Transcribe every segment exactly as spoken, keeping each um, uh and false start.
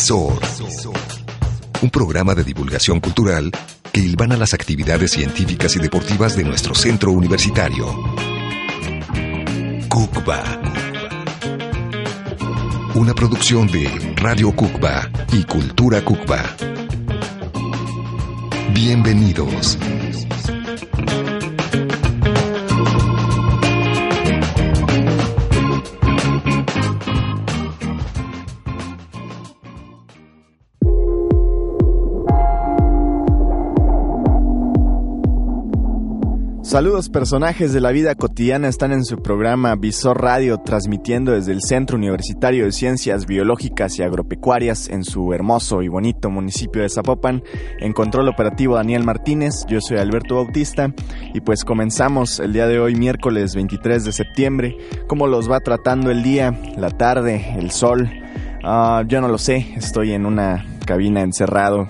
Visor, un programa de divulgación cultural que hilvana las actividades científicas y deportivas de nuestro centro universitario. Cucba, una producción de Radio Cucba y Cultura Cucba. Bienvenidos. Saludos, personajes de la vida cotidiana están en su programa Visor Radio, transmitiendo desde el Centro Universitario de Ciencias Biológicas y Agropecuarias en su hermoso y bonito municipio de Zapopan. En control operativo Daniel Martínez, yo soy Alberto Bautista y pues comenzamos el día de hoy, miércoles veintitrés de septiembre. ¿Cómo los va tratando el día, la tarde, el sol? Uh, yo no lo sé, estoy en una cabina encerrado.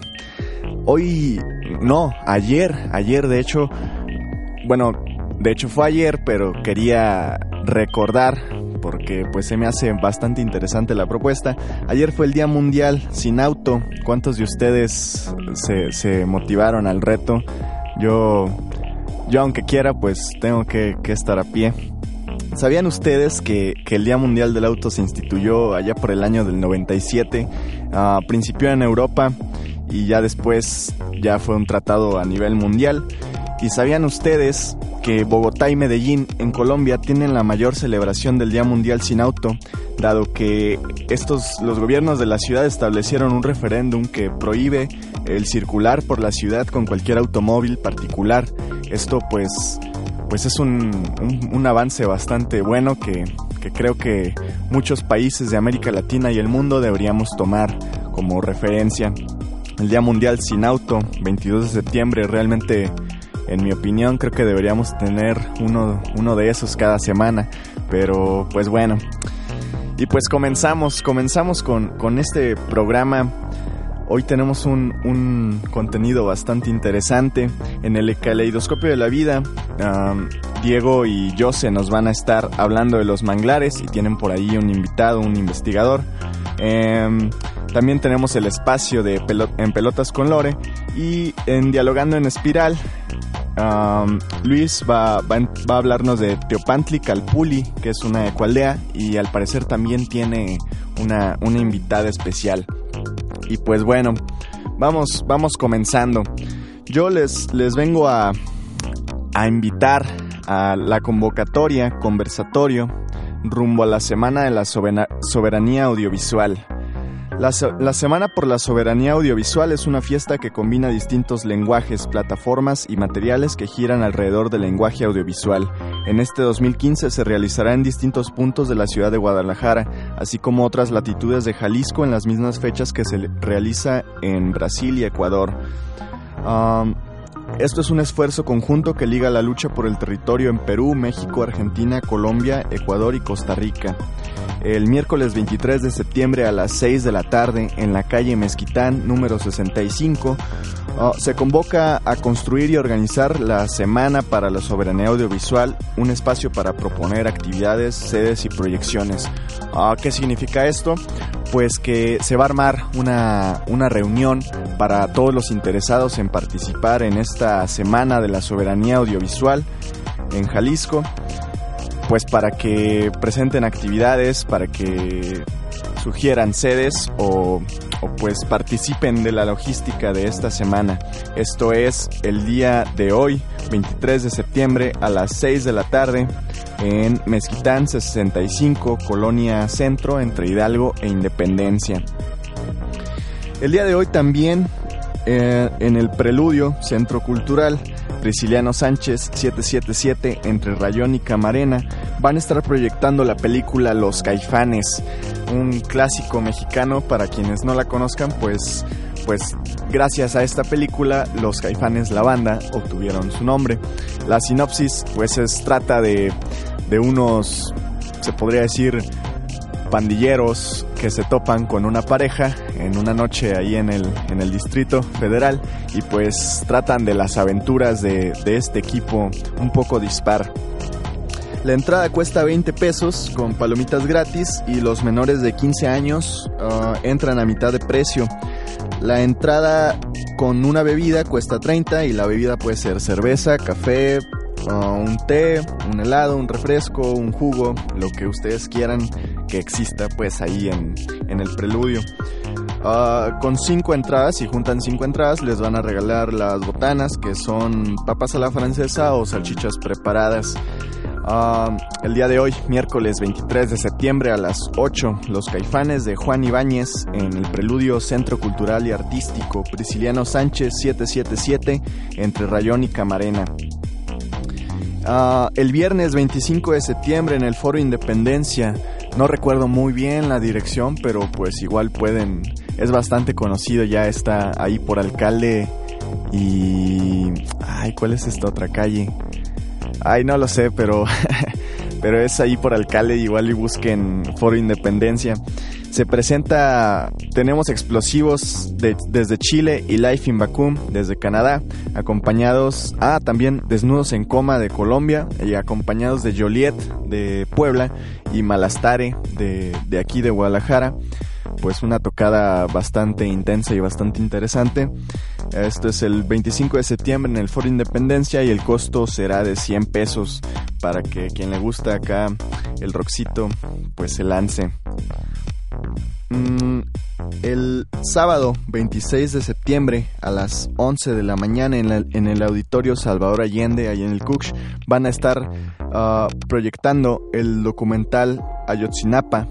Hoy, no, ayer, ayer de hecho... Bueno, de hecho fue ayer, pero quería recordar, porque pues se me hace bastante interesante la propuesta. Ayer fue el Día Mundial Sin Auto. ¿Cuántos de ustedes se, se motivaron al reto? Yo, yo aunque quiera, pues tengo que, que estar a pie. ¿Sabían ustedes que, que el Día Mundial del Auto se instituyó allá por el año del noventa y siete? Uh, principió en Europa y ya después ya fue un tratado a nivel mundial. ¿Y sabían ustedes que Bogotá y Medellín en Colombia tienen la mayor celebración del Día Mundial Sin Auto, dado que estos, los gobiernos de la ciudad establecieron un referéndum que prohíbe el circular por la ciudad con cualquier automóvil particular? Esto pues, pues es un, un, un avance bastante bueno que, que creo que muchos países de América Latina y el mundo deberíamos tomar como referencia. El Día Mundial Sin Auto, veintidós de septiembre, realmente... En mi opinión, creo que deberíamos tener uno, uno de esos cada semana, pero pues bueno. Y pues comenzamos, comenzamos con, con este programa. Hoy tenemos un, un contenido bastante interesante. En el Caleidoscopio de la Vida, um, Diego y Jose nos van a estar hablando de los manglares y tienen por ahí un invitado, un investigador. Um, También tenemos el espacio de pelot- en Pelotas con Lore y en Dialogando en Espiral, um, Luis va, va, va a hablarnos de Teopantli Calpulli, que es una ecualdea y al parecer también tiene una, una invitada especial. Y pues bueno, vamos, vamos comenzando. Yo les, les vengo a, a invitar a la convocatoria, conversatorio, rumbo a la Semana de la Soberana- Soberanía Audiovisual. La, la Semana por la Soberanía Audiovisual es una fiesta que combina distintos lenguajes, plataformas y materiales que giran alrededor del lenguaje audiovisual. En este dos mil quince se realizará en distintos puntos de la ciudad de Guadalajara, así como otras latitudes de Jalisco en las mismas fechas que se realiza en Brasil y Ecuador. Um, Esto es un esfuerzo conjunto que liga la lucha por el territorio en Perú, México, Argentina, Colombia, Ecuador y Costa Rica. El miércoles veintitrés de septiembre a las seis de la tarde, en la calle Mezquitán, número sesenta y cinco, uh, se convoca a construir y organizar la Semana para la Soberanía Audiovisual, un espacio para proponer actividades, sedes y proyecciones. Uh, ¿Qué significa esto? Pues que se va a armar una, una reunión para todos los interesados en participar en esta Semana de la Soberanía Audiovisual en Jalisco, pues para que presenten actividades, para que sugieran sedes o, o pues participen de la logística de esta semana. Esto es el día de hoy, veintitrés de septiembre a las seis de la tarde en Mezquitán sesenta y cinco, Colonia Centro, entre Hidalgo e Independencia. El día de hoy también eh, en el Preludio, Centro Cultural Prisciliano Sánchez setecientos setenta y siete, entre Rayón y Camarena, van a estar proyectando la película Los Caifanes, un clásico mexicano. Para quienes no la conozcan, pues, pues gracias a esta película, Los Caifanes, la banda, obtuvieron su nombre. La sinopsis, pues, es, trata de, de unos, se podría decir, pandilleros que se topan con una pareja en una noche ahí en el, en el Distrito Federal y pues tratan de las aventuras de, de este equipo un poco dispar. La entrada cuesta veinte pesos con palomitas gratis y los menores de quince años uh, entran a mitad de precio. La entrada con una bebida cuesta treinta y la bebida puede ser cerveza, café, uh, un té, un helado, un refresco, un jugo, lo que ustedes quieran que exista pues ahí en, en el Preludio. Uh, con cinco entradas, si juntan cinco entradas, les van a regalar las botanas, que son papas a la francesa o salchichas preparadas. Uh, el día de hoy, miércoles veintitrés de septiembre a las ocho, Los Caifanes de Juan Ibáñez en el Preludio Centro Cultural y Artístico Prisciliano Sánchez setecientos setenta y siete entre Rayón y Camarena. Uh, el viernes veinticinco de septiembre en el Foro Independencia, no recuerdo muy bien la dirección, pero pues igual pueden, es bastante conocido, ya está ahí por Alcalde y... Ay, ¿cuál es esta otra calle? Ay, no lo sé, pero pero es ahí por Alcalde, igual y busquen Foro Independencia. Se presenta, tenemos Explosivos de, desde Chile y Life in Vacuum desde Canadá, acompañados, ah, también Desnudos en Coma de Colombia, y acompañados de Joliet de Puebla y Malastare de, de aquí de Guadalajara. Pues una tocada bastante intensa y bastante interesante. Esto es el veinticinco de septiembre en el Foro Independencia y el costo será de cien pesos para que quien le gusta acá el rockcito pues se lance. Mm, el sábado veintiséis de septiembre a las once de la mañana en, la, en el Auditorio Salvador Allende, ahí en el Cuxx, van a estar uh, proyectando el documental Ayotzinapa.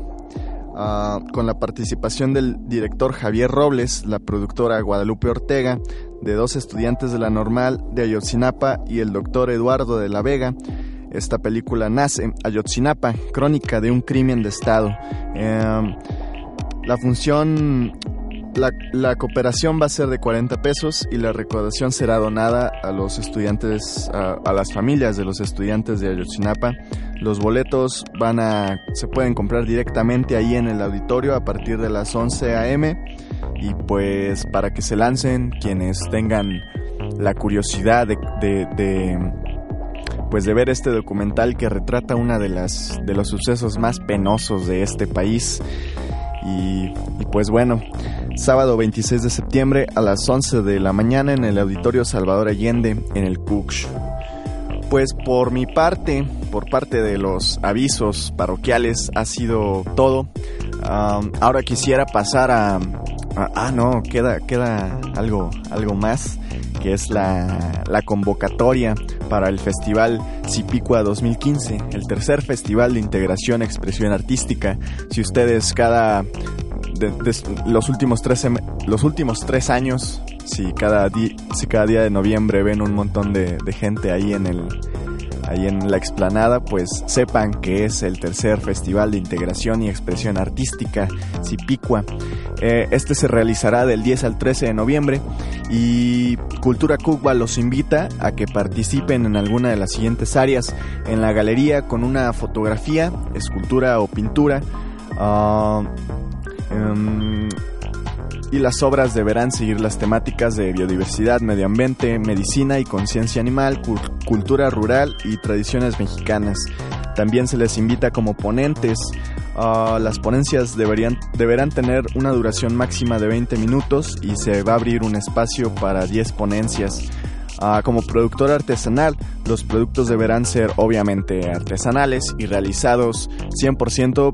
Uh, con la participación del director Javier Robles, la productora Guadalupe Ortega, de dos estudiantes de la Normal de Ayotzinapa y el doctor Eduardo de la Vega. Esta película nace Ayotzinapa, crónica de un crimen de Estado. Eh, la función, la, la cooperación va a ser de cuarenta pesos y la recaudación será donada a los estudiantes, a, a las familias de los estudiantes de Ayotzinapa. Los boletos van a, se pueden comprar directamente ahí en el auditorio a partir de las once a eme y pues para que se lancen quienes tengan la curiosidad de, de, de pues de ver este documental que retrata una de las de los sucesos más penosos de este país. Y, y pues bueno, sábado veintiséis de septiembre a las once de la mañana en el Auditorio Salvador Allende en el Cuxx. Pues por mi parte, por parte de los avisos parroquiales ha sido todo. Um, ahora quisiera pasar a, a... Ah, no, queda, queda algo, algo más, que es la, la convocatoria para el Festival Cipicua dos mil quince, el tercer Festival de Integración e Expresión Artística. Si ustedes cada... De, de, los últimos tres los últimos tres años, si cada día si cada día de noviembre ven un montón de, de gente ahí en el ahí en la explanada, pues sepan que es el tercer Festival de Integración y Expresión Artística Cipicua. Eh, este se realizará del diez al trece de noviembre y Cultura Cucba los invita a que participen en alguna de las siguientes áreas: en la galería con una fotografía, escultura o pintura. Uh, Um, y las obras deberán seguir las temáticas de biodiversidad, medio ambiente, medicina y conciencia animal, cu- cultura rural y tradiciones mexicanas. También se les invita como ponentes. Uh, las ponencias deberían, deberán tener una duración máxima de veinte minutos y se va a abrir un espacio para diez ponencias. Uh, como productor artesanal, los productos deberán ser obviamente artesanales y realizados cien por ciento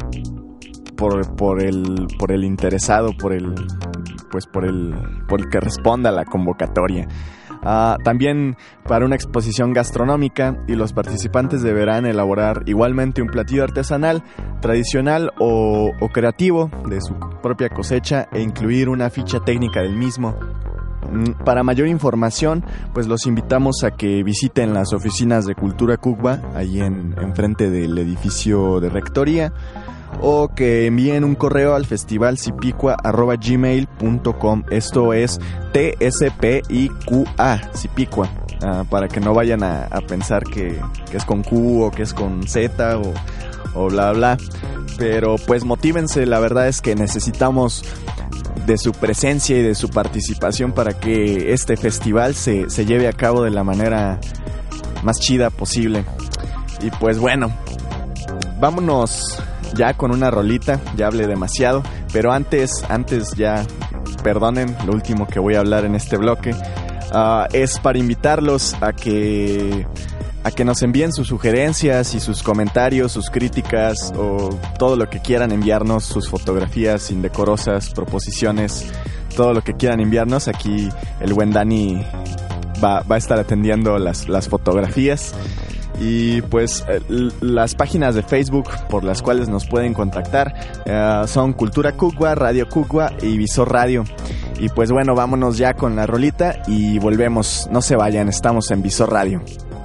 por por el por el interesado, por el pues por el por el que responda a la convocatoria. Uh, también para una exposición gastronómica, y los participantes deberán elaborar igualmente un platillo artesanal, tradicional o, o creativo de su propia cosecha e incluir una ficha técnica del mismo. Para mayor información, pues los invitamos a que visiten las oficinas de Cultura Cucba, ahí en, en frente del edificio de Rectoría, o que envíen un correo al festivalcipicua arroba gmail punto com. Esto es T S P I Q A, Cipicua, uh, para que no vayan a, a pensar que, que es con Q o que es con Z o, o bla bla. Pero pues motívense, la verdad es que necesitamos de su presencia y de su participación para que este festival se, se lleve a cabo de la manera más chida posible. Y pues bueno, vámonos ya con una rolita, ya hablé demasiado, pero antes, antes ya, perdonen, lo último que voy a hablar en este bloque uh, es para invitarlos a que, a que nos envíen sus sugerencias y sus comentarios, sus críticas o todo lo que quieran enviarnos, sus fotografías indecorosas, proposiciones, todo lo que quieran enviarnos. Aquí el buen Dani va, va a estar atendiendo las, las fotografías. Y pues eh, las páginas de Facebook por las cuales nos pueden contactar eh, son Cultura Cugua, Radio Cugua y Visor Radio. Y pues bueno, vámonos ya con la rolita y volvemos. No se vayan, estamos en Visor Radio.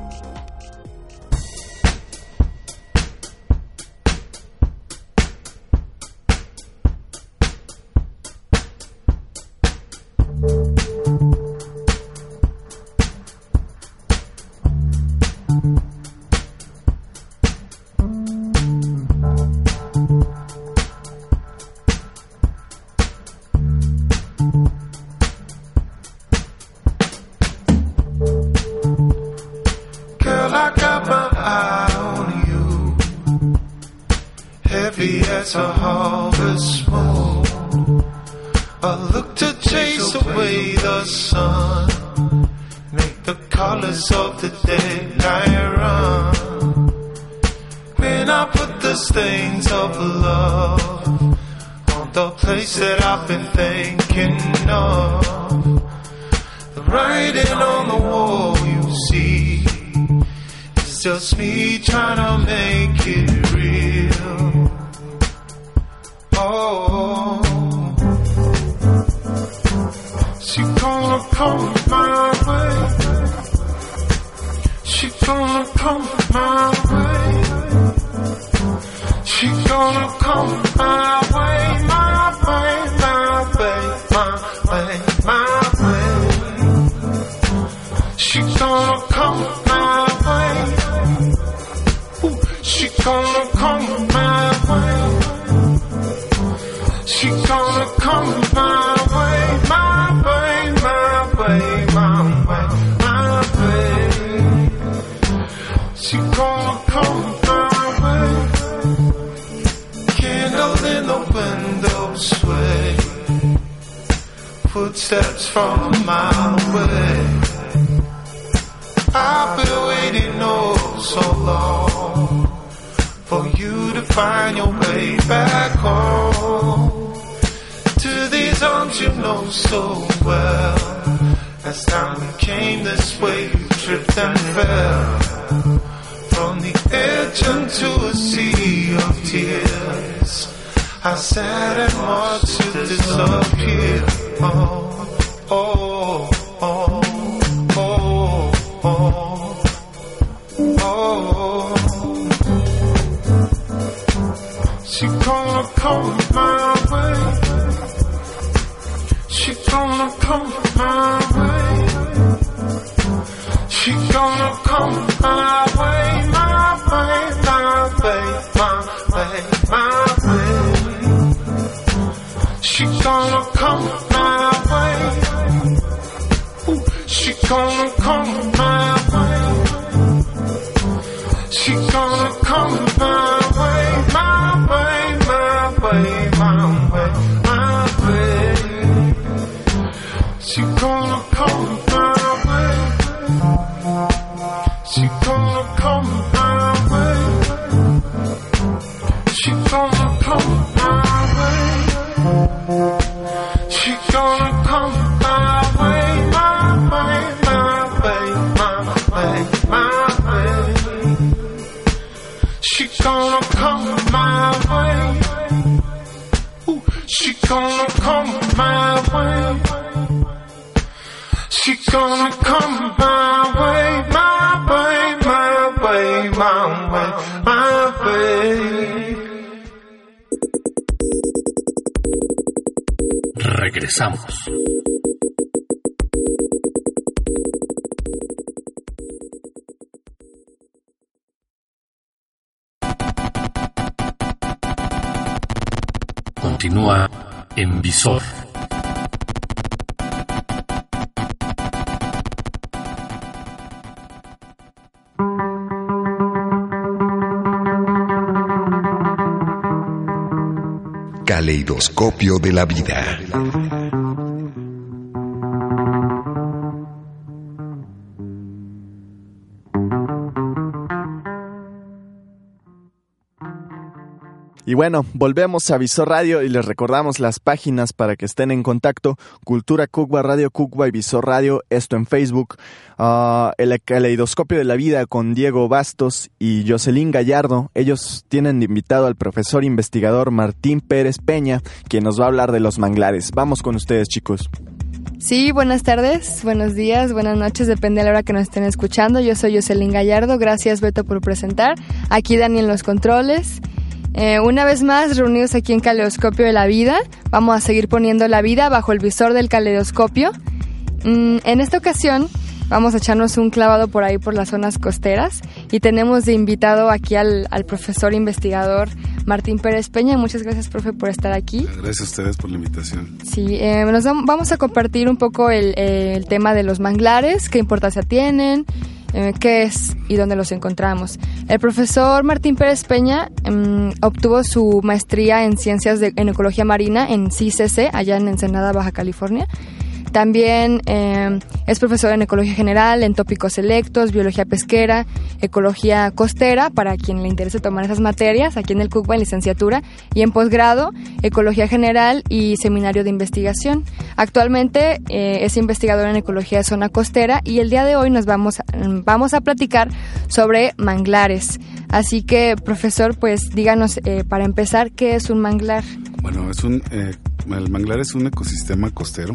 Footsteps from a mile away. I've been waiting oh so long for you to find your way back home to these arms you know so well. As time came this way, you tripped and fell from the edge into a sea of tears. I sat and watched you disappear. Oh, oh, oh, oh, oh, oh. She gonna come my way. She gonna come my way. She gonna come my way, my way, my way, my way, my way. She gonna come my way. Ooh, she gonna come my way. She gonna come my way, my way, my way, my way, my way. She gonna come my way. She gonna come my way. She gonna come my way. She gonna come my way, my way, my way, my way, my way. She gonna come my way. Ooh, she gonna come my way. She gonna come my way, my way, my way, my way, my way. Regresamos. Continúa en Visor. Caleidoscopio de la vida. Y bueno, volvemos a Visor Radio y les recordamos las páginas para que estén en contacto. Cultura Cucba, Radio Cucba y Visor Radio, esto en Facebook. Uh, el Caleidoscopio de la Vida con Diego Bastos y Jocelyn Gallardo. Ellos tienen invitado al profesor investigador Martín Pérez Peña, quien nos va a hablar de los manglares. Vamos con ustedes, chicos. Sí, buenas tardes, buenos días, buenas noches, depende de la hora que nos estén escuchando. Yo soy Jocelyn Gallardo, gracias Beto por presentar. Aquí Dani en los controles. Eh, una vez más, reunidos aquí en Caleidoscopio de la Vida, vamos a seguir poniendo la vida bajo el visor del caleidoscopio. Mm, en esta ocasión vamos a echarnos un clavado por ahí por las zonas costeras y tenemos de invitado aquí al, al profesor investigador Martín Pérez Peña. Muchas gracias, profe, por estar aquí. Gracias a ustedes por la invitación. Sí, eh, nos vamos a compartir un poco el, eh, el tema de los manglares, qué importancia tienen, Eh, qué es y dónde los encontramos. El profesor Martín Pérez Peña eh, obtuvo su maestría en Ciencias de, en Ecología Marina en C I C C, allá en Ensenada, Baja California. También eh, es profesor en Ecología General, en Tópicos Selectos, Biología Pesquera, Ecología Costera, para quien le interese tomar esas materias, aquí en el Cucba en licenciatura, y en posgrado, Ecología General y Seminario de Investigación. Actualmente eh, es investigador en Ecología de Zona Costera y el día de hoy nos vamos a, vamos a platicar sobre manglares. Así que, profesor, pues díganos, eh, para empezar, ¿qué es un manglar? Bueno, es un eh, el manglar es un ecosistema costero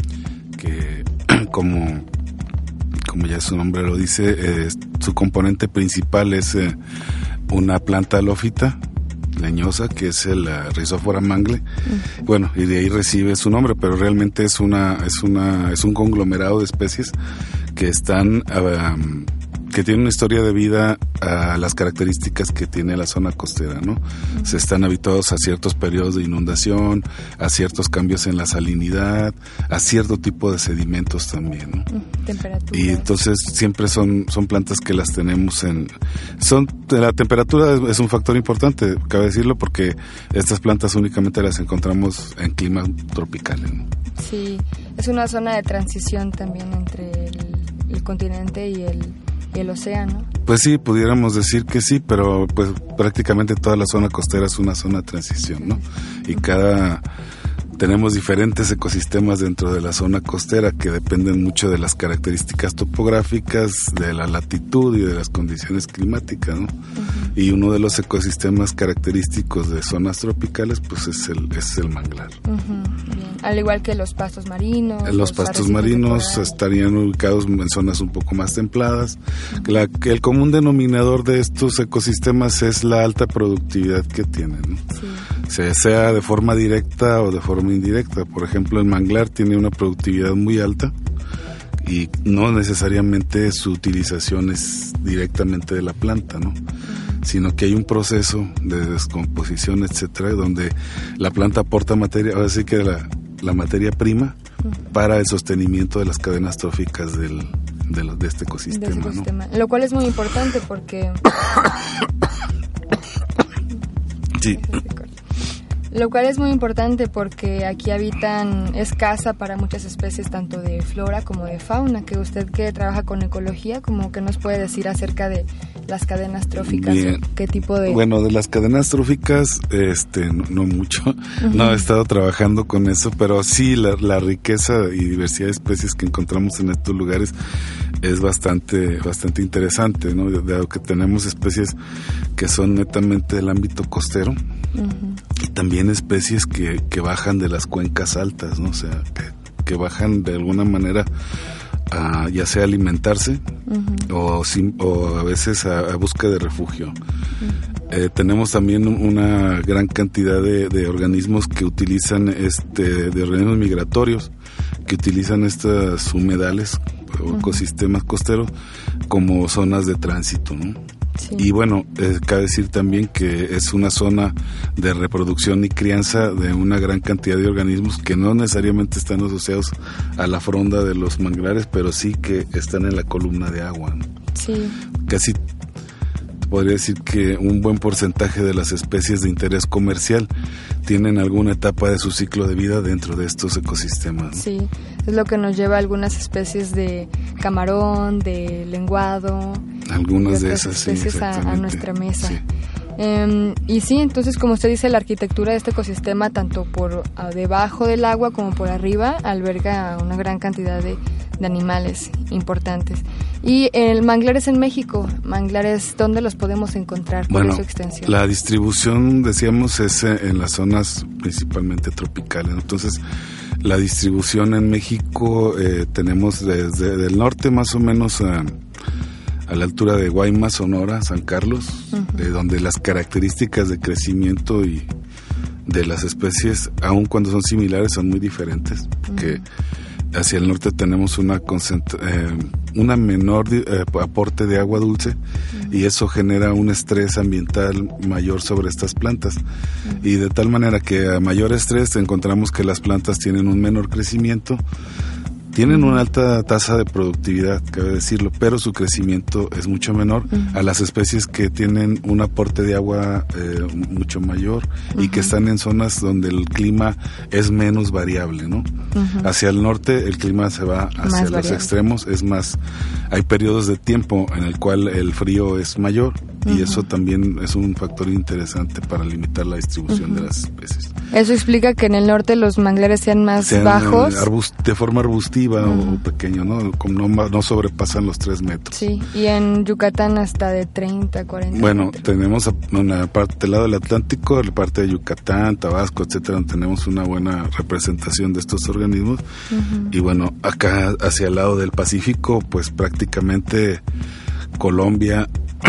que, como, como ya su nombre lo dice, eh, su componente principal es eh, una planta halófita leñosa, que es el uh, Rhizophyra mangle. Uh-huh. Bueno, y de ahí recibe su nombre, pero realmente es una es una es un conglomerado de especies que están um, que tienen una historia de vida a las características que tiene la zona costera, ¿no? Uh-huh. Se están habituados a ciertos periodos de inundación, a ciertos cambios en la salinidad, a cierto tipo de sedimentos también, ¿no? Uh-huh. Temperatura. Y entonces siempre son son plantas que las tenemos en son la temperatura es, es un factor importante, cabe decirlo, porque estas plantas únicamente las encontramos en climas tropicales, ¿no? Sí, es una zona de transición también entre el, el continente y el y el océano. Pues sí, pudiéramos decir que sí, pero pues prácticamente toda la zona costera es una zona de transición, ¿no? Y cada tenemos diferentes ecosistemas dentro de la zona costera que dependen mucho de las características topográficas, de la latitud y de las condiciones climáticas, ¿no? Uh-huh. Y uno de los ecosistemas característicos de zonas tropicales, pues es el es el manglar. Uh-huh. Bien. Al igual que los pastos marinos. Los, los pastos marinos estarían ubicados en zonas un poco más templadas. Uh-huh. La, el común denominador de estos ecosistemas es la alta productividad que tienen, ¿no? Sí. Se, sea de forma directa o de forma indirecta. Por ejemplo, el manglar tiene una productividad muy alta y no necesariamente su utilización es directamente de la planta, ¿no? Sino que hay un proceso de descomposición, etcétera, donde la planta aporta materia, ahora sí que la, la materia prima para el sostenimiento de las cadenas tróficas del, de, lo, de este ecosistema, de este ecosistema, ¿no? Lo cual es muy importante porque... sí. Lo cual es muy importante porque aquí habitan, es casa para muchas especies tanto de flora como de fauna, que usted que trabaja con ecología, como que nos puede decir acerca de las cadenas tróficas. Bien. ¿Qué tipo de...? Bueno, de las cadenas tróficas, este, no, no mucho, uh-huh. No he estado trabajando con eso, pero sí la, la riqueza y diversidad de especies que encontramos en estos lugares es bastante, bastante interesante, ¿no? Dado que tenemos especies que son netamente del ámbito costero. Uh-huh. Y también especies que, que bajan de las cuencas altas, ¿no? O sea, que, que bajan de alguna manera a, ya sea alimentarse, uh-huh. o, sim, o a veces a, a busca de refugio. Uh-huh. Eh, tenemos también una gran cantidad de, de organismos que utilizan, este, de organismos migratorios, que utilizan estos humedales o uh-huh. ecosistemas costeros como zonas de tránsito, ¿no? Sí. Y bueno, eh, cabe decir también que es una zona de reproducción y crianza de una gran cantidad de organismos que no necesariamente están asociados a la fronda de los manglares, pero sí que están en la columna de agua, ¿no? Sí. Casi podría decir que un buen porcentaje de las especies de interés comercial tienen alguna etapa de su ciclo de vida dentro de estos ecosistemas, ¿no? Sí, es lo que nos lleva a algunas especies de camarón, de lenguado, algunas de, de esas especies sí, a, a nuestra mesa. Sí. Um, y sí, entonces, como usted dice, la arquitectura de este ecosistema, tanto por a, debajo del agua como por arriba, alberga una gran cantidad de, de animales importantes. Y el manglares en México, manglares, ¿dónde los podemos encontrar? ¿Cuál Bueno, es su extensión? La distribución, decíamos, es en las zonas principalmente tropicales. Entonces, la distribución en México eh, tenemos desde el norte más o menos a... a la altura de Guaymas, Sonora, San Carlos, uh-huh. de donde las características de crecimiento y de las especies, aun cuando son similares, son muy diferentes, porque uh-huh. hacia el norte tenemos una concentra- eh, una menor eh, aporte de agua dulce uh-huh. y eso genera un estrés ambiental mayor sobre estas plantas uh-huh. y de tal manera que a mayor estrés encontramos que las plantas tienen un menor crecimiento. Tienen una alta tasa de productividad, cabe decirlo, pero su crecimiento es mucho menor uh-huh. a las especies que tienen un aporte de agua eh, mucho mayor uh-huh. y que están en zonas donde el clima es menos variable, ¿no? Uh-huh. Hacia el norte el clima se va hacia más los variable. extremos, es más, hay periodos de tiempo en el cual el frío es mayor uh-huh. y eso también es un factor interesante para limitar la distribución uh-huh. de las especies. Eso explica que en el norte los manglares sean más sean bajos. Arbust- de forma arbustiva uh-huh. o pequeño, ¿no? Como no, no sobrepasan los tres metros. Sí, y en Yucatán hasta de treinta, cuarenta Bueno, metros. tenemos una parte del lado del Atlántico, la parte de Yucatán, Tabasco, etcétera, donde tenemos una buena representación de estos organismos. Uh-huh. Y bueno, acá hacia el lado del Pacífico, pues prácticamente Colombia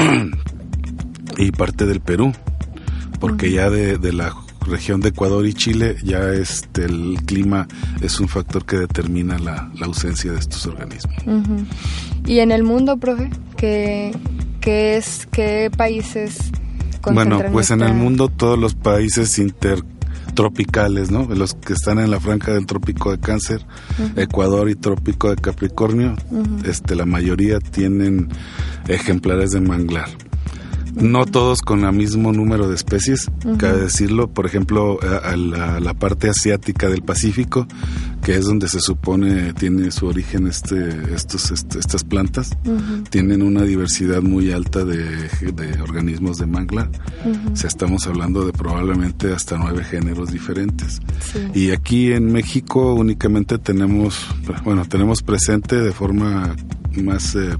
y parte del Perú, porque uh-huh. ya de, de la región de Ecuador y Chile ya este el clima es un factor que determina la, la ausencia de estos organismos. Uh-huh. Y en el mundo, profe, ¿qué, qué es qué países concentran? Bueno, pues esta... en el mundo todos los países intertropicales, ¿no? Los que están en la franja del Trópico de Cáncer, uh-huh. Ecuador y Trópico de Capricornio, uh-huh. este la mayoría tienen ejemplares de manglar. No todos con el mismo número de especies, uh-huh. cabe decirlo. Por ejemplo, a, a, la, a la parte asiática del Pacífico, que es donde se supone tiene su origen este, estos, este, estas plantas, uh-huh. tienen una diversidad muy alta de, de organismos de manglar. Uh-huh. O sea, estamos hablando de probablemente hasta nueve géneros diferentes. Sí. Y aquí en México únicamente tenemos, bueno, tenemos presente de forma más eh,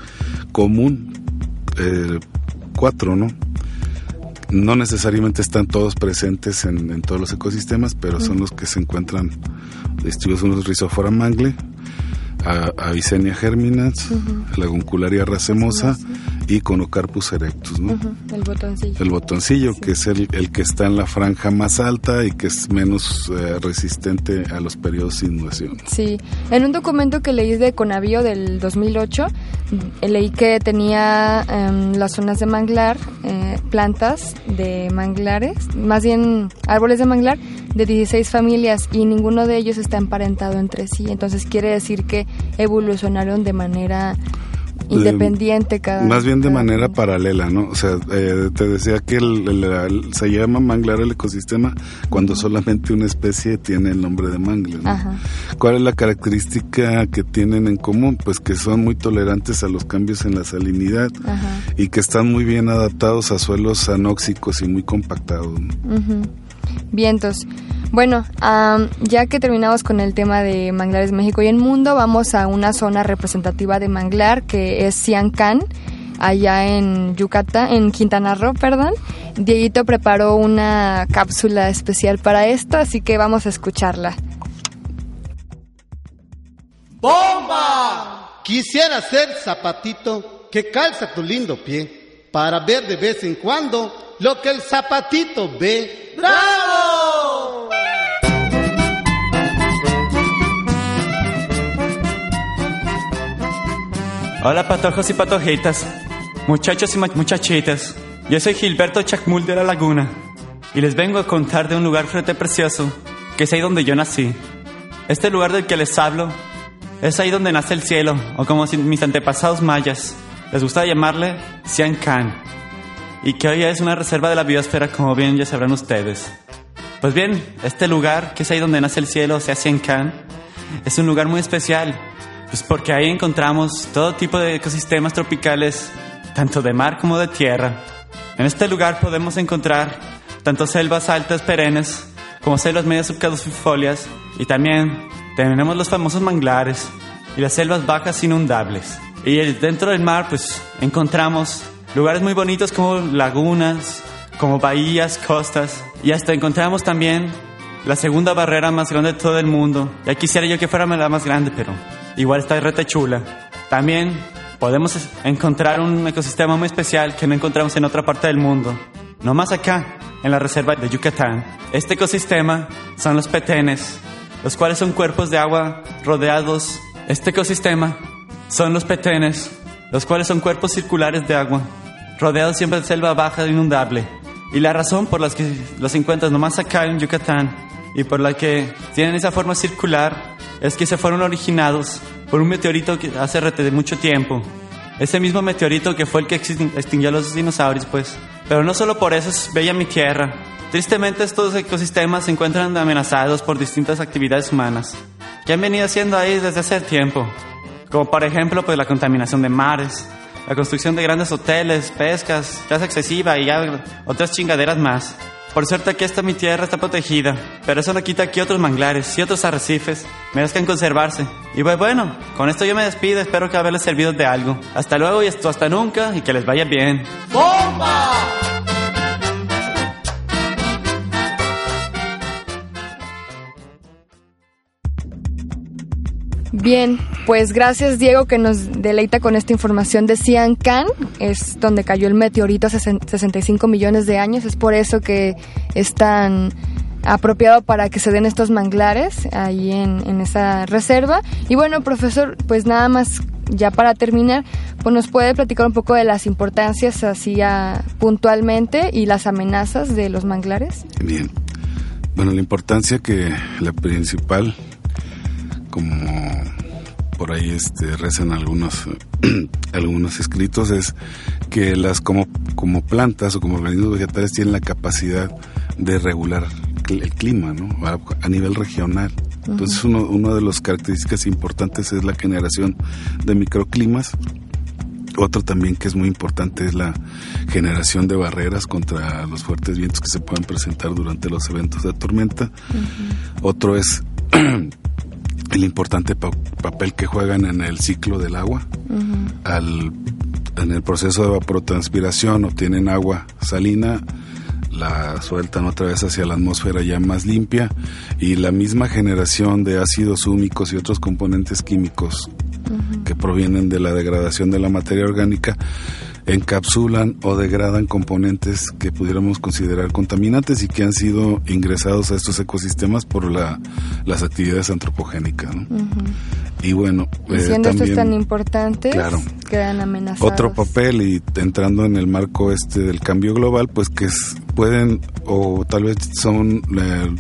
común eh, cuatro, ¿no? No necesariamente están todos presentes en, en todos los ecosistemas, pero son los que se encuentran distribuidos. Son los Rhizophyra mangle, Avicennia germinans, uh-huh. Laguncularia racemosa y Conocarpus erectus, ¿no? Uh-huh. El botoncillo. El botoncillo, sí. que es el, el que está en la franja más alta y que es menos eh, resistente a los periodos de inundación. Sí, en un documento que leí de Conavío del dos mil ocho, leí que tenía um, las zonas de manglar, eh, plantas de manglares, más bien árboles de manglar, de dieciséis familias y ninguno de ellos está emparentado entre sí. Entonces quiere decir que evolucionaron de manera independiente cada más bien de cada manera uno. Paralela, ¿no? O sea, eh, te decía que el, el, el, se llama manglar el ecosistema cuando uh-huh. solamente una especie tiene el nombre de mangle, ¿no? Ajá. ¿Cuál es la característica que tienen en común? Pues que son muy tolerantes a los cambios en la salinidad. Ajá. Y que están muy bien adaptados a suelos anóxicos y muy compactados, ¿no? Uh-huh. Vientos. Bueno, um, ya que terminamos con el tema de manglares de México y el mundo, vamos a una zona representativa de manglar que es Siancán, allá en Yucatán, en Quintana Roo, perdón. Dieguito preparó una cápsula especial para esto, así que vamos a escucharla. ¡Bomba! Quisiera ser zapatito que calza tu lindo pie, para ver de vez en cuando lo que el zapatito ve. ¡Bravo! Hola patojos y patojitas, muchachos y muchachitas. Yo soy Gilberto Chacmul de la Laguna y les vengo a contar de un lugar frente precioso que es ahí donde yo nací. Este lugar del que les hablo es ahí donde nace el cielo, o como si mis antepasados mayas les gusta llamarle Siancán. y que hoy es una reserva de la biosfera, como bien ya sabrán ustedes. Pues bien, este lugar, que es ahí donde nace el cielo, o sea, Sian Ka'an, es un lugar muy especial, pues porque ahí encontramos todo tipo de ecosistemas tropicales, tanto de mar como de tierra. En este lugar podemos encontrar tanto selvas altas perennes como selvas medias subcadufolias, y también tenemos los famosos manglares y las selvas bajas inundables. Y dentro del mar pues encontramos lugares muy bonitos como lagunas, como bahías, costas, y hasta encontramos también la segunda barrera más grande de todo el mundo. Ya quisiera yo que fuera la más grande, pero igual está rete chula. También podemos encontrar un ecosistema muy especial que no encontramos en otra parte del mundo, no más acá, en la reserva de Yucatán. Este ecosistema son los petenes, los cuales son cuerpos de agua rodeados. Este ecosistema son los petenes, los cuales son cuerpos circulares de agua, rodeados siempre de selva baja e inundable. Y la razón por la que los encuentras nomás acá en Yucatán y por la que tienen esa forma circular es que se fueron originados por un meteorito que hace rete de mucho tiempo. Ese mismo meteorito que fue el que extinguió a los dinosaurios, pues. Pero no solo por eso es bella mi tierra. Tristemente estos ecosistemas se encuentran amenazados por distintas actividades humanas que han venido haciendo ahí desde hace tiempo. Como por ejemplo pues la contaminación de mares, la construcción de grandes hoteles, pescas, casa excesiva y ya otras chingaderas más. Por suerte aquí está mi tierra, está protegida, pero eso no quita que otros manglares y otros arrecifes merezcan conservarse. Y pues bueno, con esto yo me despido, espero que haberles servido de algo. Hasta luego y esto hasta nunca, y que les vaya bien. ¡Bomba! Bien, pues gracias Diego, que nos deleita con esta información de Sian Ka'an. Es donde cayó el meteorito hace sesenta y cinco millones de años. Es por eso que es tan apropiado para que se den estos manglares ahí en, en esa reserva. Y bueno, profesor, pues nada más ya para terminar, pues nos puede platicar un poco de las importancias así a, puntualmente, y las amenazas de los manglares. Bien, bueno, la importancia que la principal, como por ahí este, rezan algunos algunos escritos, es que las como, como plantas o como organismos vegetales tienen la capacidad de regular el clima, ¿no? a, a nivel regional. Entonces uno, una de las características importantes es la generación de microclimas. Otro también que es muy importante es la generación de barreras contra los fuertes vientos que se puedan presentar durante los eventos de tormenta. Uh-huh. Otro es el importante pa- papel que juegan en el ciclo del agua. Uh-huh. Al, en el proceso de evapotranspiración obtienen agua salina, la sueltan otra vez hacia la atmósfera ya más limpia, y la misma generación de ácidos húmicos y otros componentes químicos uh-huh. que provienen de la degradación de la materia orgánica encapsulan o degradan componentes que pudiéramos considerar contaminantes y que han sido ingresados a estos ecosistemas por la, las actividades antropogénicas, ¿no? Uh-huh. Y bueno, y siendo eh, estos tan importantes, claro, quedan amenazados. Otro papel, y entrando en el marco este del cambio global, pues que es, pueden o tal vez son eh,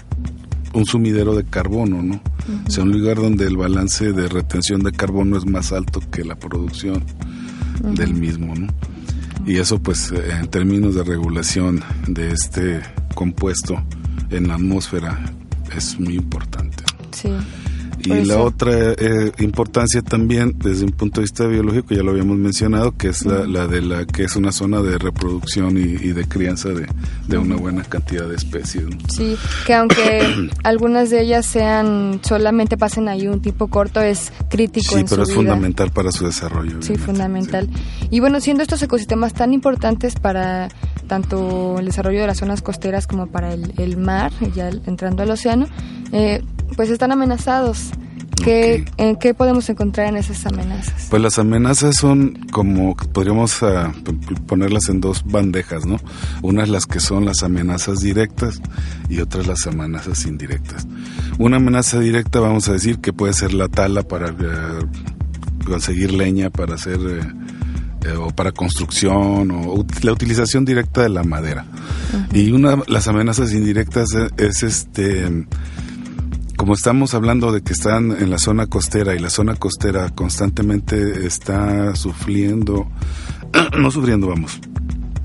un sumidero de carbono, ¿no? Uh-huh. O sea, un lugar donde el balance de retención de carbono es más alto que la producción uh-huh. del mismo, ¿no? Y eso pues en términos de regulación de este compuesto en la atmósfera es muy importante. Sí. Y la otra eh, importancia también desde un punto de vista biológico, ya lo habíamos mencionado, que es la, la de la que es una zona de reproducción y, y de crianza de, de una buena cantidad de especies, ¿no? Sí, que aunque algunas de ellas sean solamente pasen ahí un tiempo corto, es crítico sí, en su pero es vida. fundamental para su desarrollo. Sí, fundamental. Sí. Y bueno, siendo estos ecosistemas tan importantes para tanto el desarrollo de las zonas costeras como para el, el mar, ya entrando al océano, eh, pues están amenazados. ¿Qué, okay. ¿En qué podemos encontrar en esas amenazas? Pues las amenazas son como, podríamos uh, ponerlas en dos bandejas, ¿no? Unas las que son las amenazas directas y otras las amenazas indirectas. Una amenaza directa, vamos a decir, que puede ser la tala para uh, conseguir leña para hacer uh, eh, o para construcción, o ut- la utilización directa de la madera. Uh-huh. Y una, las amenazas indirectas es, es este... Como estamos hablando de que están en la zona costera y la zona costera constantemente está sufriendo, no sufriendo, vamos,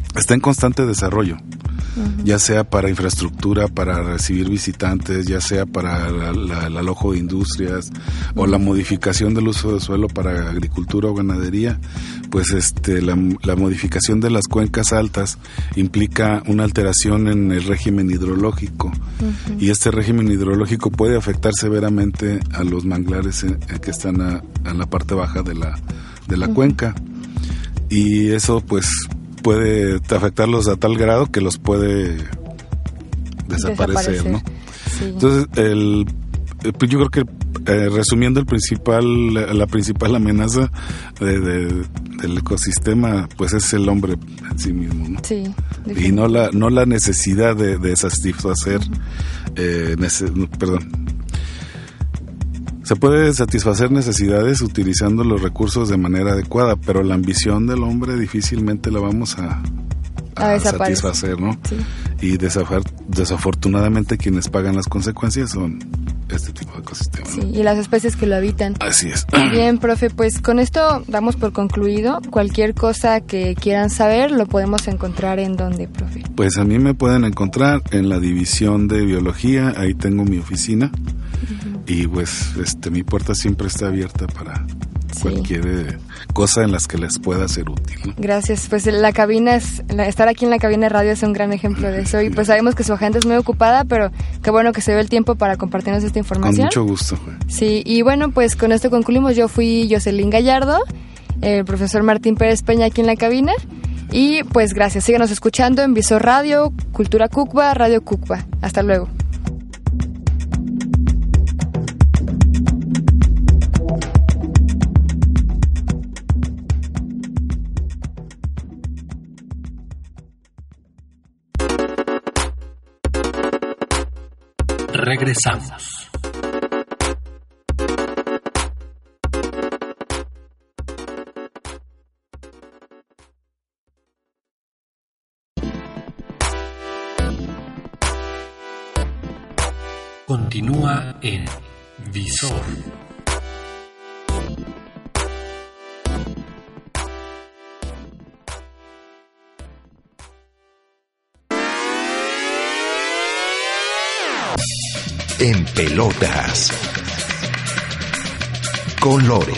está en constante desarrollo. Uh-huh. Ya sea para infraestructura, para recibir visitantes, ya sea para la, la, el alojo de industrias, uh-huh, o la modificación del uso de suelo para agricultura o ganadería, pues este la, la modificación de las cuencas altas implica una alteración en el régimen hidrológico, uh-huh, y este régimen hidrológico puede afectar severamente a los manglares en, en que están a, a la parte baja de la, de la uh-huh, cuenca, y eso pues puede afectarlos a tal grado que los puede desaparecer, desaparecer. ¿no? Sí. Entonces, el, pues yo creo que eh, resumiendo el principal, la principal amenaza de, de, del ecosistema, pues es el hombre en sí mismo, ¿no? Sí. Y no la no la necesidad de, de satisfacer, uh-huh, eh, nece- perdón. Se puede satisfacer necesidades utilizando los recursos de manera adecuada, pero la ambición del hombre difícilmente la vamos a, a, a satisfacer, ¿no? Sí. Y desaf- desafortunadamente quienes pagan las consecuencias son este tipo de ecosistemas, ¿no? Sí, y las especies que lo habitan. Así es. Bien, profe, pues con esto damos por concluido. Cualquier cosa que quieran saber lo podemos encontrar en dónde, profe. Pues a mí me pueden encontrar en la división de biología, ahí tengo mi oficina. Uh-huh. Y pues este mi puerta siempre está abierta para, sí, cualquier eh, cosa en las que les pueda ser útil, ¿no? Gracias, pues la cabina es, la, estar aquí en la cabina de radio es un gran ejemplo de eso, y pues sabemos que su agenda es muy ocupada, pero qué bueno que se dio el tiempo para compartirnos esta información. Con mucho gusto. Juan. Sí, y bueno, pues con esto concluimos. Yo fui Jocelyn Gallardo, el profesor Martín Pérez Peña aquí en la cabina, y pues gracias, síganos escuchando en Visor Radio, Cultura Cucba, Radio Cucba. Hasta luego. Regresamos. Continúa en Visor. En pelotas. Con Lore.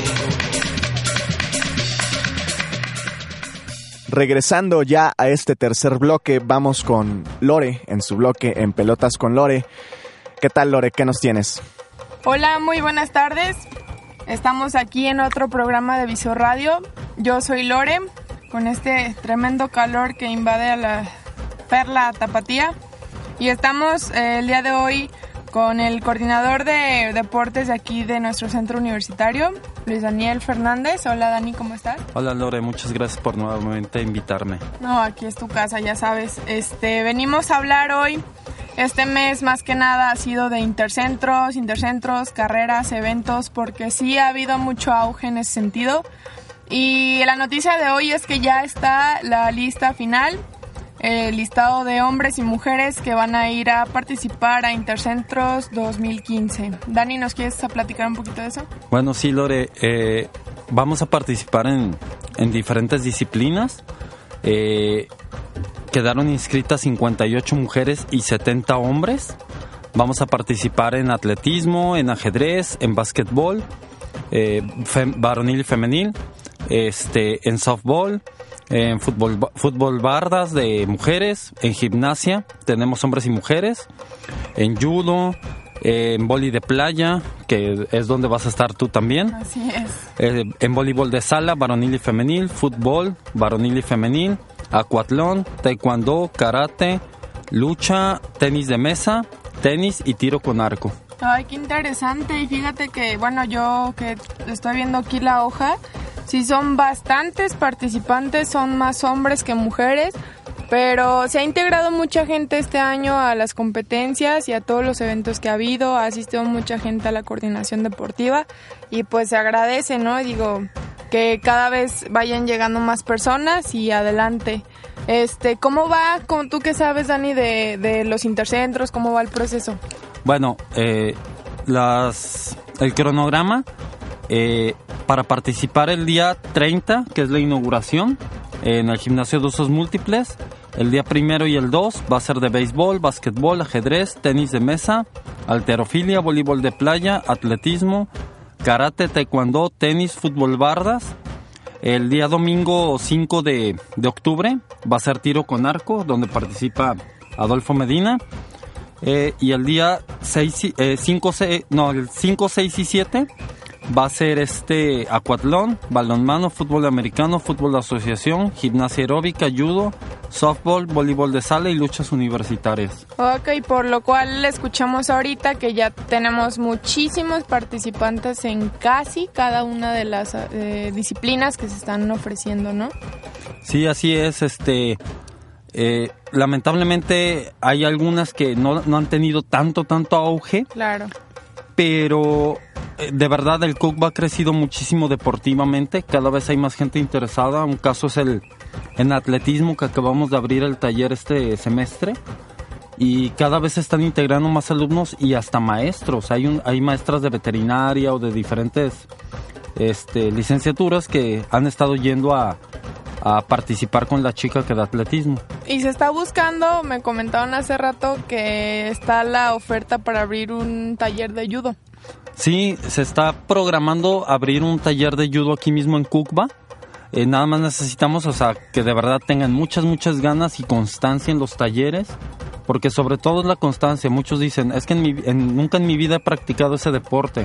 Regresando ya a este tercer bloque, vamos con Lore en su bloque En Pelotas con Lore. ¿Qué tal, Lore? ¿Qué nos tienes? Hola, muy buenas tardes. Estamos aquí en otro programa de Visor Radio. Yo soy Lore, con este tremendo calor que invade a la perla tapatía. Y estamos eh, el día de hoy con el coordinador de deportes de aquí de nuestro centro universitario, Luis Daniel Fernández. Hola, Dani, ¿cómo estás? Hola, Lore, muchas gracias por nuevamente invitarme. No, aquí es tu casa, ya sabes. Este, venimos a hablar hoy. Este mes más que nada ha sido de intercentros, intercentros, carreras, eventos, porque sí ha habido mucho auge en ese sentido. Y la noticia de hoy es que ya está la lista final, el listado de hombres y mujeres que van a ir a participar a Intercentros dos mil quince. Dani, ¿nos quieres platicar un poquito de eso? Bueno, sí, Lore, eh, vamos a participar en, en diferentes disciplinas. Eh, quedaron inscritas cincuenta y ocho mujeres y setenta hombres. Vamos a participar en atletismo, en ajedrez, en básquetbol, eh, fem, varonil y femenil, este, en softball, en fútbol, fútbol bardas de mujeres, en gimnasia tenemos hombres y mujeres, en judo, en vóley de playa, que es donde vas a estar tú también. Así es. Eh, en voleibol de sala, varonil y femenil, fútbol, varonil y femenil, acuatlón, taekwondo, karate, lucha, tenis de mesa, tenis y tiro con arco. Ay, qué interesante. Y fíjate que, bueno, yo que estoy viendo aquí la hoja, sí son bastantes participantes, son más hombres que mujeres, pero se ha integrado mucha gente este año a las competencias y a todos los eventos que ha habido, ha asistido mucha gente a la coordinación deportiva y pues se agradece, ¿no? Digo, que cada vez vayan llegando más personas y adelante. Este, ¿cómo va, como tú que sabes, Dani, de, de los intercentros, cómo va el proceso? Bueno, eh, las, el cronograma... Eh, para participar el día treinta, que es la inauguración, en el gimnasio de usos múltiples. El día primero y el dos va a ser de béisbol, básquetbol, ajedrez, tenis de mesa, halterofilia, voleibol de playa, atletismo, karate, taekwondo, tenis, fútbol bardas. El día domingo cinco de, de octubre va a ser tiro con arco, donde participa Adolfo Medina. Eh, y el día cinco, seis y siete va a ser este acuatlón, balonmano, fútbol americano, fútbol de asociación, gimnasia aeróbica, judo, softball, voleibol de sala y luchas universitarias. Ok, por lo cual escuchamos ahorita que ya tenemos muchísimos participantes en casi cada una de las eh, disciplinas que se están ofreciendo, ¿no? Sí, así es. Este, eh, lamentablemente hay algunas que no, no han tenido tanto, tanto auge. Claro. Pero de verdad el C U C B ha crecido muchísimo deportivamente, cada vez hay más gente interesada. Un caso es el en atletismo, que acabamos de abrir el taller este semestre, y cada vez se están integrando más alumnos y hasta maestros. Hay un, hay maestras de veterinaria o de diferentes este, licenciaturas que han estado yendo a, a participar con la chica que da atletismo. Y se está buscando, me comentaron hace rato que está la oferta para abrir un taller de judo. Sí, se está programando abrir un taller de judo aquí mismo en Cucba. Eh, nada más necesitamos, o sea, que de verdad tengan muchas, muchas ganas y constancia en los talleres, porque sobre todo es la constancia. Muchos dicen, es que en mi, en, nunca en mi vida he practicado ese deporte,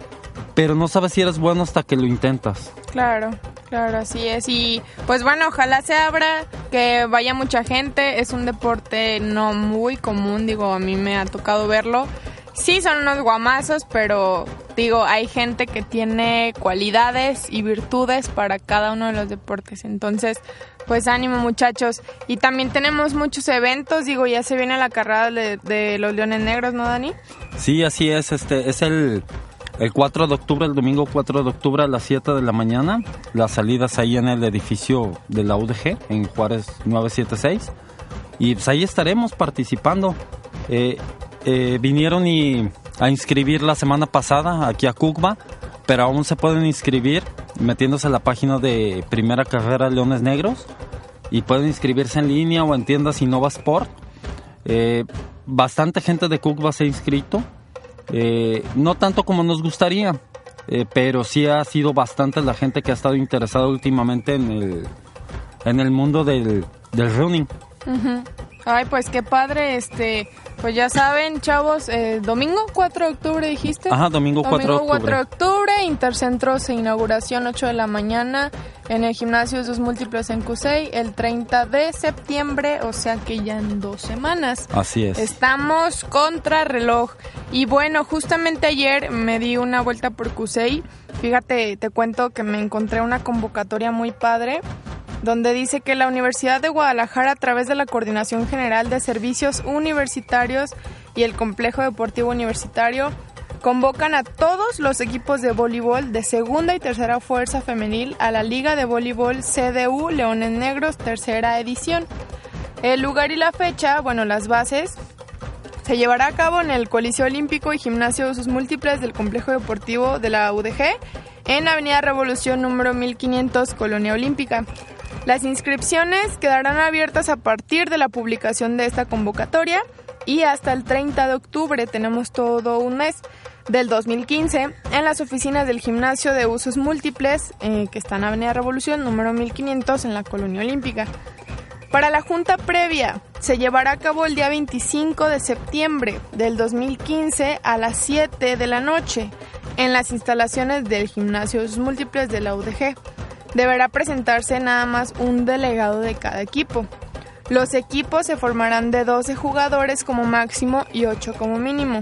pero no sabes si eres bueno hasta que lo intentas. Claro, claro, así es. Y pues bueno, ojalá se abra, que vaya mucha gente. Es un deporte no muy común, digo, a mí me ha tocado verlo. Sí, son unos guamazos, pero digo, hay gente que tiene cualidades y virtudes para cada uno de los deportes. Entonces, pues ánimo, muchachos. Y también tenemos muchos eventos, digo, ya se viene la carrera de, de los Leones Negros, ¿no, Dani? Sí, así es. Este es el, el cuatro de octubre, el domingo cuatro de octubre a las siete de la mañana. Las salidas ahí en el edificio de la U D G, en Juárez nueve setenta y seis. Y pues ahí estaremos participando. Eh... Eh, vinieron y a inscribir la semana pasada aquí a Cucba, pero aún se pueden inscribir metiéndose a la página de Primera Carrera Leones Negros, y pueden inscribirse en línea o en tiendas Innova Sport. Eh, bastante gente de Cucba se ha inscrito, eh, no tanto como nos gustaría, eh, pero sí ha sido bastante la gente que ha estado interesada últimamente en el, en el mundo del, del running. Uh-huh. Ay, pues qué padre, este... Pues ya saben, chavos, eh, domingo cuatro de octubre dijiste. Ajá, domingo cuatro de octubre. Domingo cuatro de octubre, Intercentros e inauguración ocho de la mañana en el gimnasio Usos Múltiples en Cusey, el treinta de septiembre, o sea que ya en dos semanas. Así es. Estamos contra reloj. Y bueno, justamente ayer me di una vuelta por Cusey. Fíjate, te cuento que me encontré una convocatoria muy padre, donde dice que la Universidad de Guadalajara, a través de la Coordinación General de Servicios Universitarios y el Complejo Deportivo Universitario, convocan a todos los equipos de voleibol de segunda y tercera fuerza femenil a la Liga de Voleibol C D U Leones Negros, tercera edición. El lugar y la fecha, bueno, las bases, se llevará a cabo en el Coliseo Olímpico y Gimnasio de Usos Múltiples del Complejo Deportivo de la U D G, en Avenida Revolución número mil quinientos, Colonia Olímpica. Las inscripciones quedarán abiertas a partir de la publicación de esta convocatoria y hasta el treinta de octubre, tenemos todo un mes del dos mil quince, en las oficinas del Gimnasio de Usos Múltiples, eh, que está en Avenida Revolución número mil quinientos en la Colonia Olímpica. Para la junta previa, se llevará a cabo el día veinticinco de septiembre del dos mil quince a las siete de la noche en las instalaciones del Gimnasio de Usos Múltiples de la U D G. Deberá presentarse nada más un delegado de cada equipo. Los equipos se formarán de doce jugadores como máximo y ocho como mínimo.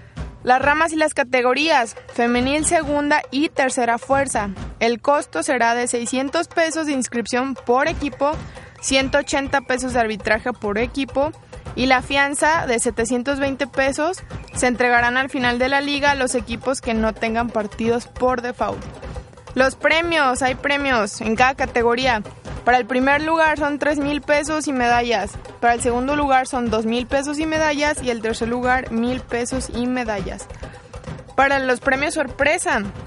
Las ramas y las categorías: femenil, segunda y tercera fuerza. El costo será de seiscientos pesos de inscripción por equipo, ciento ochenta pesos de arbitraje por equipo y la fianza de setecientos veinte pesos. Se entregarán al final de la liga a los equipos que no tengan partidos por default. Los premios, hay premios en cada categoría. Para el primer lugar son tres mil pesos y medallas. Para el segundo lugar son dos mil pesos y medallas. Y el tercer lugar, mil pesos y medallas. Para los premios sorpresa,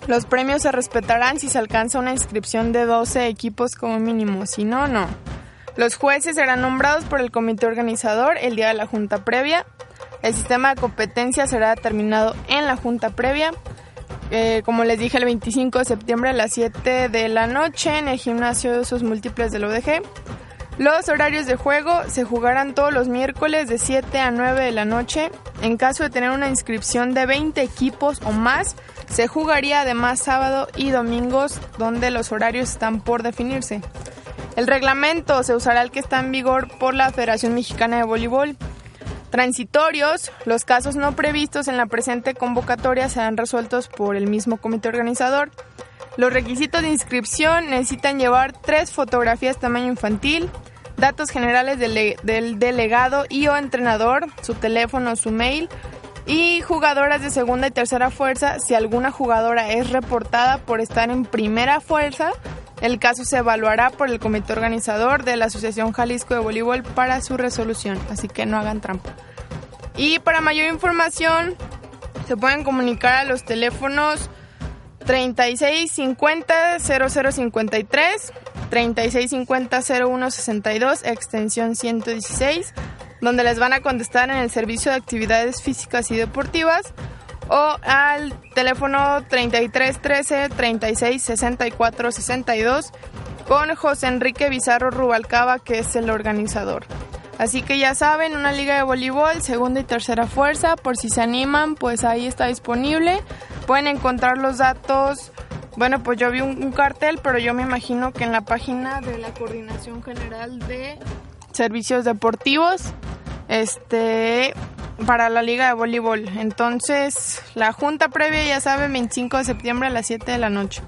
Los premios se respetarán si se alcanza una inscripción de doce equipos como mínimo, si no, no. Los jueces serán nombrados por el comité organizador el día de la junta previa. El sistema de competencia será determinado en la junta previa. Eh, como les dije, el veinticinco de septiembre a las siete de la noche en el gimnasio de usos múltiples del U D G. Los horarios de juego se jugarán todos los miércoles de siete a nueve de la noche. En caso de tener una inscripción de veinte equipos o más, se jugaría además sábado y domingos, donde los horarios están por definirse. El reglamento se usará el que está en vigor por la Federación Mexicana de Voleibol. Transitorios, los casos no previstos en la presente convocatoria serán resueltos por el mismo comité organizador. Los requisitos de inscripción necesitan llevar tres fotografías tamaño infantil, datos generales del, del delegado y o entrenador, su teléfono, su mail, y jugadoras de segunda y tercera fuerza. Si alguna jugadora es reportada por estar en primera fuerza, el caso se evaluará por el comité organizador de la Asociación Jalisco de Voleibol para su resolución, así que no hagan trampa. Y para mayor información, se pueden comunicar a los teléfonos treinta y seis cincuenta cero cero cincuenta y tres, treinta y seis cincuenta cero uno sesenta y dos, extensión ciento dieciséis, donde les van a contestar en el servicio de actividades físicas y deportivas, o al teléfono treinta y tres trece, treinta y seis sesenta y cuatro sesenta y dos con José Enrique Bizarro Rubalcaba, que es el organizador. Así que ya saben, una liga de voleibol, segunda y tercera fuerza, por si se animan, pues ahí está disponible. Pueden encontrar los datos, bueno, pues yo vi un, un cartel, pero yo me imagino que en la página de la Coordinación General de Servicios Deportivos, este... para la liga de voleibol. Entonces, la junta previa, ya saben, veinticinco de septiembre a las siete de la noche.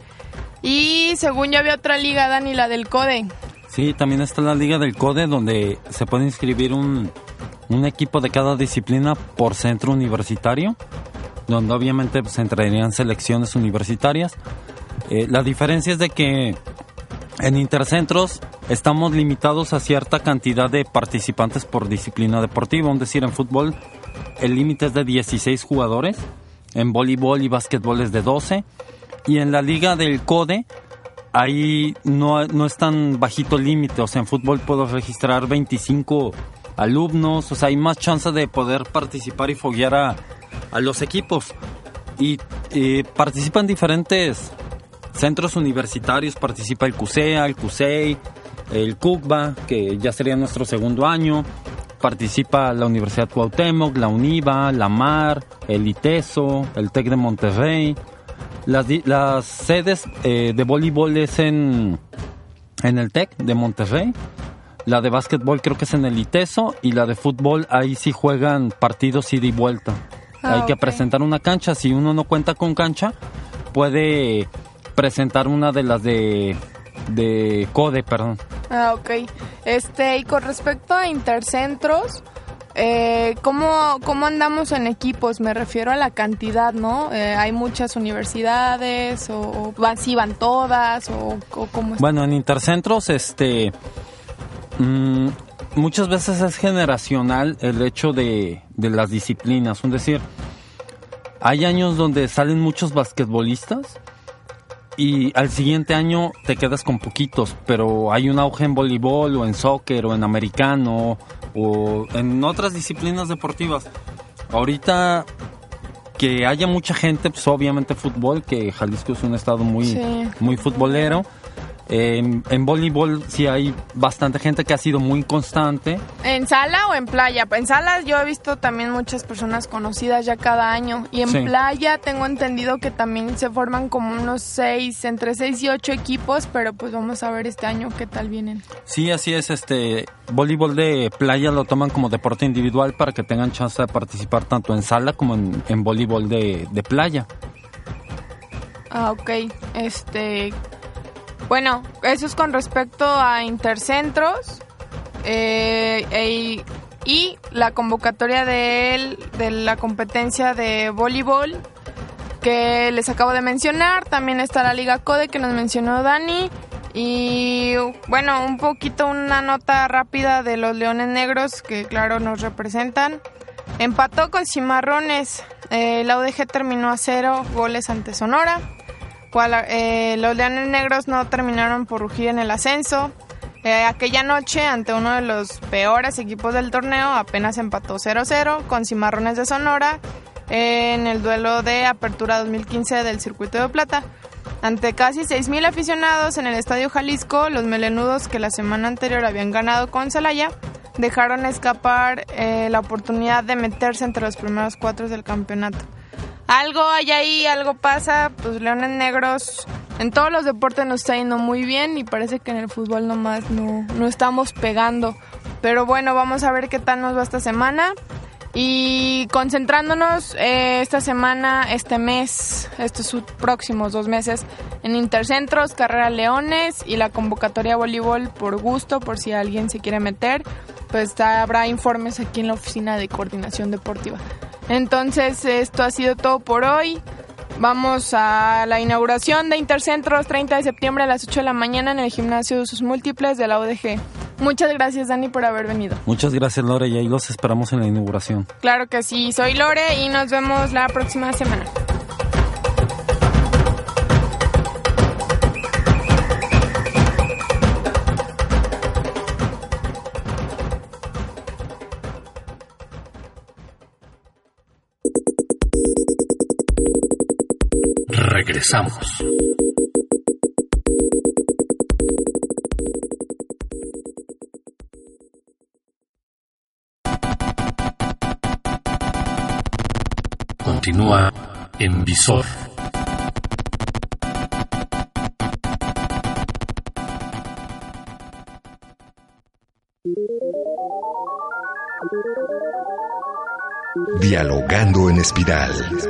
Y según ya había otra liga, Dani, la del CODE. Sí, también está la liga del CODE, donde se puede inscribir un, un equipo de cada disciplina por centro universitario, donde obviamente se entrarían selecciones universitarias. Eh, la diferencia es de que en intercentros estamos limitados a cierta cantidad de participantes por disciplina deportiva, es decir, en fútbol el límite es de dieciséis jugadores, en voleibol y básquetbol es de doce, y en la liga del CODE ahí no, no es tan bajito el límite, o sea, en fútbol puedo registrar veinticinco alumnos, o sea, hay más chance de poder participar y foguear a, a los equipos, y eh, participan diferentes centros universitarios, participa el CUSEA, el CUSEI, el CUCBA, que ya sería nuestro segundo año, participa la Universidad Cuauhtémoc, la UNIVA, la MAR, el ITESO, el TEC de Monterrey. Las, las sedes eh, de voleibol es en, en el TEC de Monterrey, la de básquetbol creo que es en el ITESO, y la de fútbol ahí sí juegan partidos ida y vuelta. Ah, Hay okay. que presentar una cancha, si uno no cuenta con cancha, puede presentar una de las de, de CODE, perdón. Ah, ok. Este, y con respecto a intercentros, eh, ¿cómo, ¿cómo andamos en equipos? Me refiero a la cantidad, ¿no? Eh, ¿Hay muchas universidades o, o van, sí van todas o, o cómo es? Bueno, en intercentros, este, mmm, muchas veces es generacional el hecho de, de las disciplinas. Es decir, hay años donde salen muchos basquetbolistas y al siguiente año te quedas con poquitos, pero hay un auge en voleibol o en soccer o en americano o en otras disciplinas deportivas. Ahorita que haya mucha gente, pues obviamente fútbol, que Jalisco es un estado muy, sí. muy futbolero. En, en voleibol sí hay bastante gente que ha sido muy constante. ¿En sala o en playa? En sala yo he visto también muchas personas conocidas ya cada año. Y en sí. playa tengo entendido que también se forman como unos seis, entre seis y ocho equipos, pero pues vamos a ver este año qué tal vienen. Sí, así es. Este voleibol de playa lo toman como deporte individual para que tengan chance de participar tanto en sala como en, en voleibol de, de playa. Ah, ok. Este... Bueno, eso es con respecto a intercentros eh, eh, y la convocatoria de, él, de la competencia de voleibol que les acabo de mencionar. También está la Liga CODE que nos mencionó Dani. Y bueno, un poquito una nota rápida de los Leones Negros que claro nos representan. Empató con Cimarrones, eh, la U D G terminó a cero goles ante Sonora. Eh, los Leones Negros no terminaron por rugir en el ascenso. Eh, aquella noche, ante uno de los peores equipos del torneo, apenas empató cero cero con Cimarrones de Sonora eh, en el duelo de Apertura dos mil quince del Circuito de Plata. Ante casi seis mil aficionados en el Estadio Jalisco, los melenudos, que la semana anterior habían ganado con Celaya, dejaron escapar eh, la oportunidad de meterse entre los primeros cuatro del campeonato. Algo hay ahí, algo pasa, pues Leones Negros en todos los deportes nos está yendo muy bien y parece que en el fútbol nomás no, no estamos pegando. Pero bueno, vamos a ver qué tal nos va esta semana. Y concentrándonos eh, esta semana, este mes, estos próximos dos meses, en Intercentros, Carrera Leones y la convocatoria de voleibol por gusto, por si alguien se quiere meter, pues habrá informes aquí en la Oficina de Coordinación Deportiva. Entonces, esto ha sido todo por hoy. Vamos a la inauguración de Intercentros, treinta de septiembre a las ocho de la mañana en el Gimnasio de Usos Múltiples de la U D G. Muchas gracias, Dani, por haber venido. Muchas gracias, Lore, y ahí los esperamos en la inauguración. Claro que sí, soy Lore y nos vemos la próxima semana. Regresamos. Continúa en Visor. Dialogando en espiral.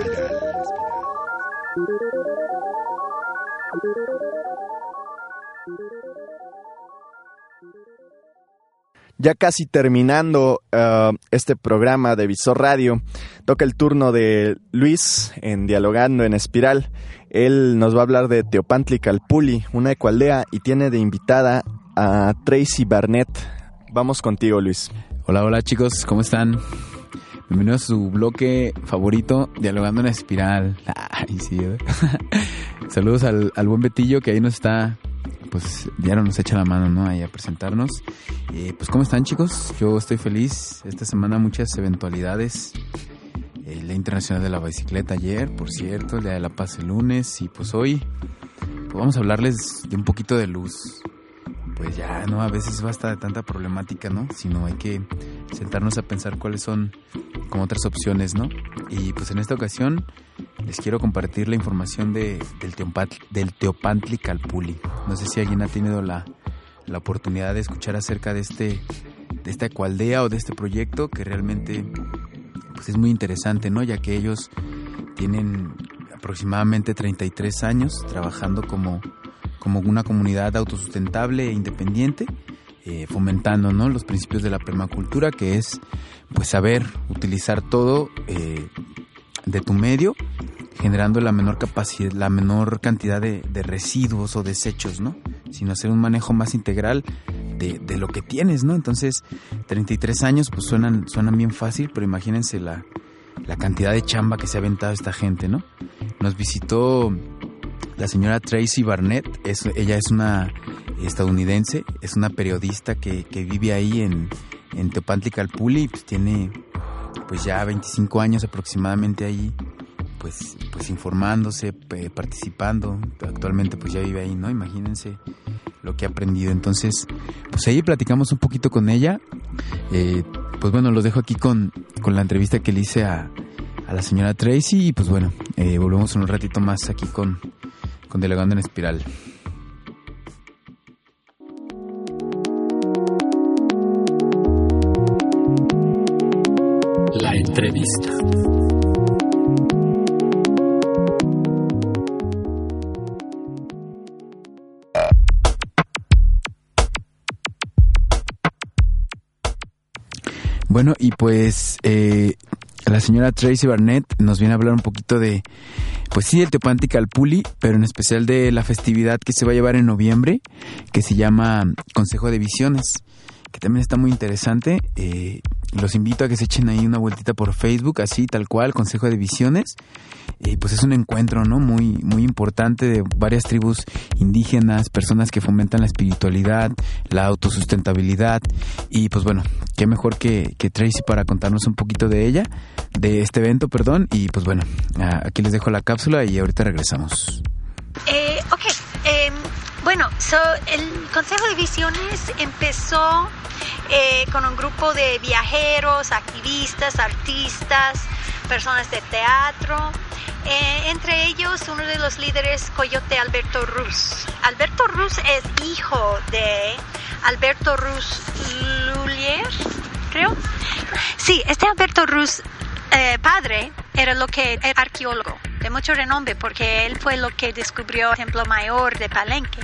Ya casi terminando uh, este programa de Visor Radio, toca el turno de Luis en Dialogando en Espiral. Él nos va a hablar de Teopantli-Calpulli, una ecualdea, y tiene de invitada a Tracy Barnett. Vamos contigo, Luis. Hola, hola chicos, ¿cómo están? Bienvenidos a su bloque favorito, Dialogando en Espiral. Ay, sí, ¿eh? Saludos al, al buen Betillo, que ahí nos está, pues ya no nos echa la mano, ¿no? Ahí a presentarnos. Eh, pues, ¿cómo están, chicos? Yo estoy feliz. Esta semana muchas eventualidades. El Día Internacional de la Bicicleta ayer, por cierto, el Día de la Paz el lunes. Y pues hoy pues vamos a hablarles de un poquito de luz. Pues ya, ¿no? A veces basta de tanta problemática, ¿no? Sino hay que sentarnos a pensar cuáles son como otras opciones, ¿no? Y pues en esta ocasión les quiero compartir la información de, del, Teopantli, del Teopantli-Calpulli. No sé si alguien ha tenido la, la oportunidad de escuchar acerca de este de esta ecualdea o de este proyecto, que realmente pues es muy interesante, ¿no? Ya que ellos tienen aproximadamente treinta y tres años trabajando como como una comunidad autosustentable e independiente, eh, fomentando, ¿no?, los principios de la permacultura, que es pues saber utilizar todo eh, de tu medio, generando la menor capacidad, la menor cantidad de, de residuos o desechos, ¿no?, sino hacer un manejo más integral de, de lo que tienes, ¿no? Entonces, treinta y tres años pues suenan, suenan bien fácil, pero imagínense la, la cantidad de chamba que se ha aventado esta gente, ¿no? Nos visitó la señora Tracy Barnett. Es, ella es una estadounidense, es una periodista que, que vive ahí en, en Teopantli-Calpulli, pues tiene pues ya veinticinco años aproximadamente ahí, pues, pues informándose, eh, participando. Actualmente pues ya vive ahí, ¿no? Imagínense lo que ha aprendido. Entonces, pues ahí platicamos un poquito con ella. Eh, pues bueno, los dejo aquí con, con la entrevista que le hice a, a la señora Tracy, y pues bueno, eh, volvemos en un ratito más aquí con con Dialogando en Espiral. La entrevista. Bueno, y pues eh, la señora Tracy Barnett nos viene a hablar un poquito de, pues sí, del Teopantli-Calpulli, pero en especial de la festividad que se va a llevar en noviembre, que se llama Consejo de Visiones, que también está muy interesante. Eh, los invito a que se echen ahí una vueltita por Facebook, así tal cual, Consejo de Visiones. Y pues es un encuentro, ¿no? Muy, muy importante de varias tribus indígenas, personas que fomentan la espiritualidad, la autosustentabilidad. Y pues bueno, qué mejor que, que Tracy para contarnos un poquito de ella, de este evento, perdón. Y pues bueno, aquí les dejo la cápsula y ahorita regresamos. Eh, ok, eh, bueno, so, el Consejo de Visiones empezó eh, con un grupo de viajeros, activistas, artistas, personas de teatro, eh, entre ellos uno de los líderes, Coyote Alberto Ruz. Alberto Ruz es hijo de Alberto Ruz Lullier, creo. Sí, este Alberto Ruz, eh, padre, era lo que era arqueólogo de mucho renombre, porque él fue lo que descubrió el Templo Mayor de Palenque.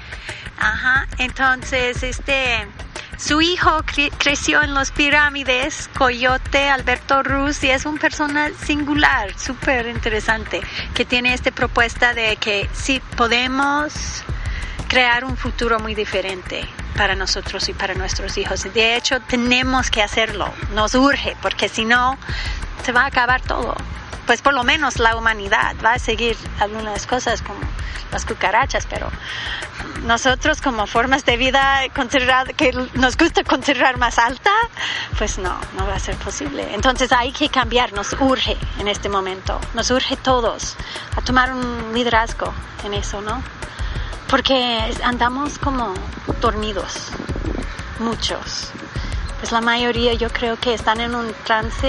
Ajá, entonces este... Su hijo cre- creció en las pirámides, Coyote Alberto Ruz, y es una persona singular, súper interesante, que tiene esta propuesta de que sí podemos crear un futuro muy diferente para nosotros y para nuestros hijos. De hecho, tenemos que hacerlo, nos urge, porque si no, se va a acabar todo. Pues por lo menos la humanidad va a seguir algunas cosas como las cucarachas, pero nosotros como formas de vida considerar, que nos gusta considerar más alta, pues no, no va a ser posible. Entonces hay que cambiar, nos urge en este momento, nos urge todos a tomar un liderazgo en eso, ¿no? Porque andamos como dormidos, muchos. Pues la mayoría yo creo que están en un trance.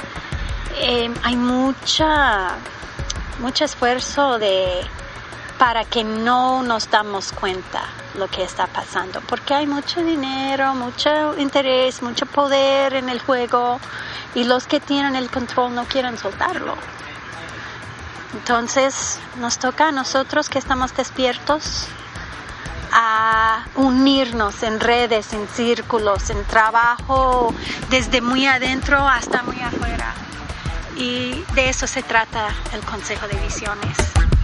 Eh, hay mucha, mucho esfuerzo de, para que no nos damos cuenta lo que está pasando, porque hay mucho dinero, mucho interés, mucho poder en el juego, y los que tienen el control no quieren soltarlo. Entonces nos toca a nosotros que estamos despiertos a unirnos en redes, en círculos, en trabajo desde muy adentro hasta muy afuera. Y de eso se trata el Consejo de Visiones.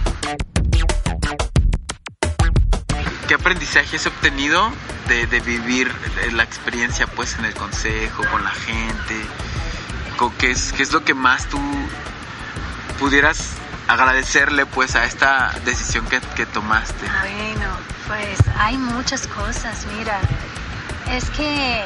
¿Qué aprendizaje has obtenido de, de vivir la experiencia pues en el consejo, con la gente? ¿Qué es, qué es lo que más tú pudieras agradecerle pues a esta decisión que, que tomaste? Bueno, pues hay muchas cosas, mira. Es que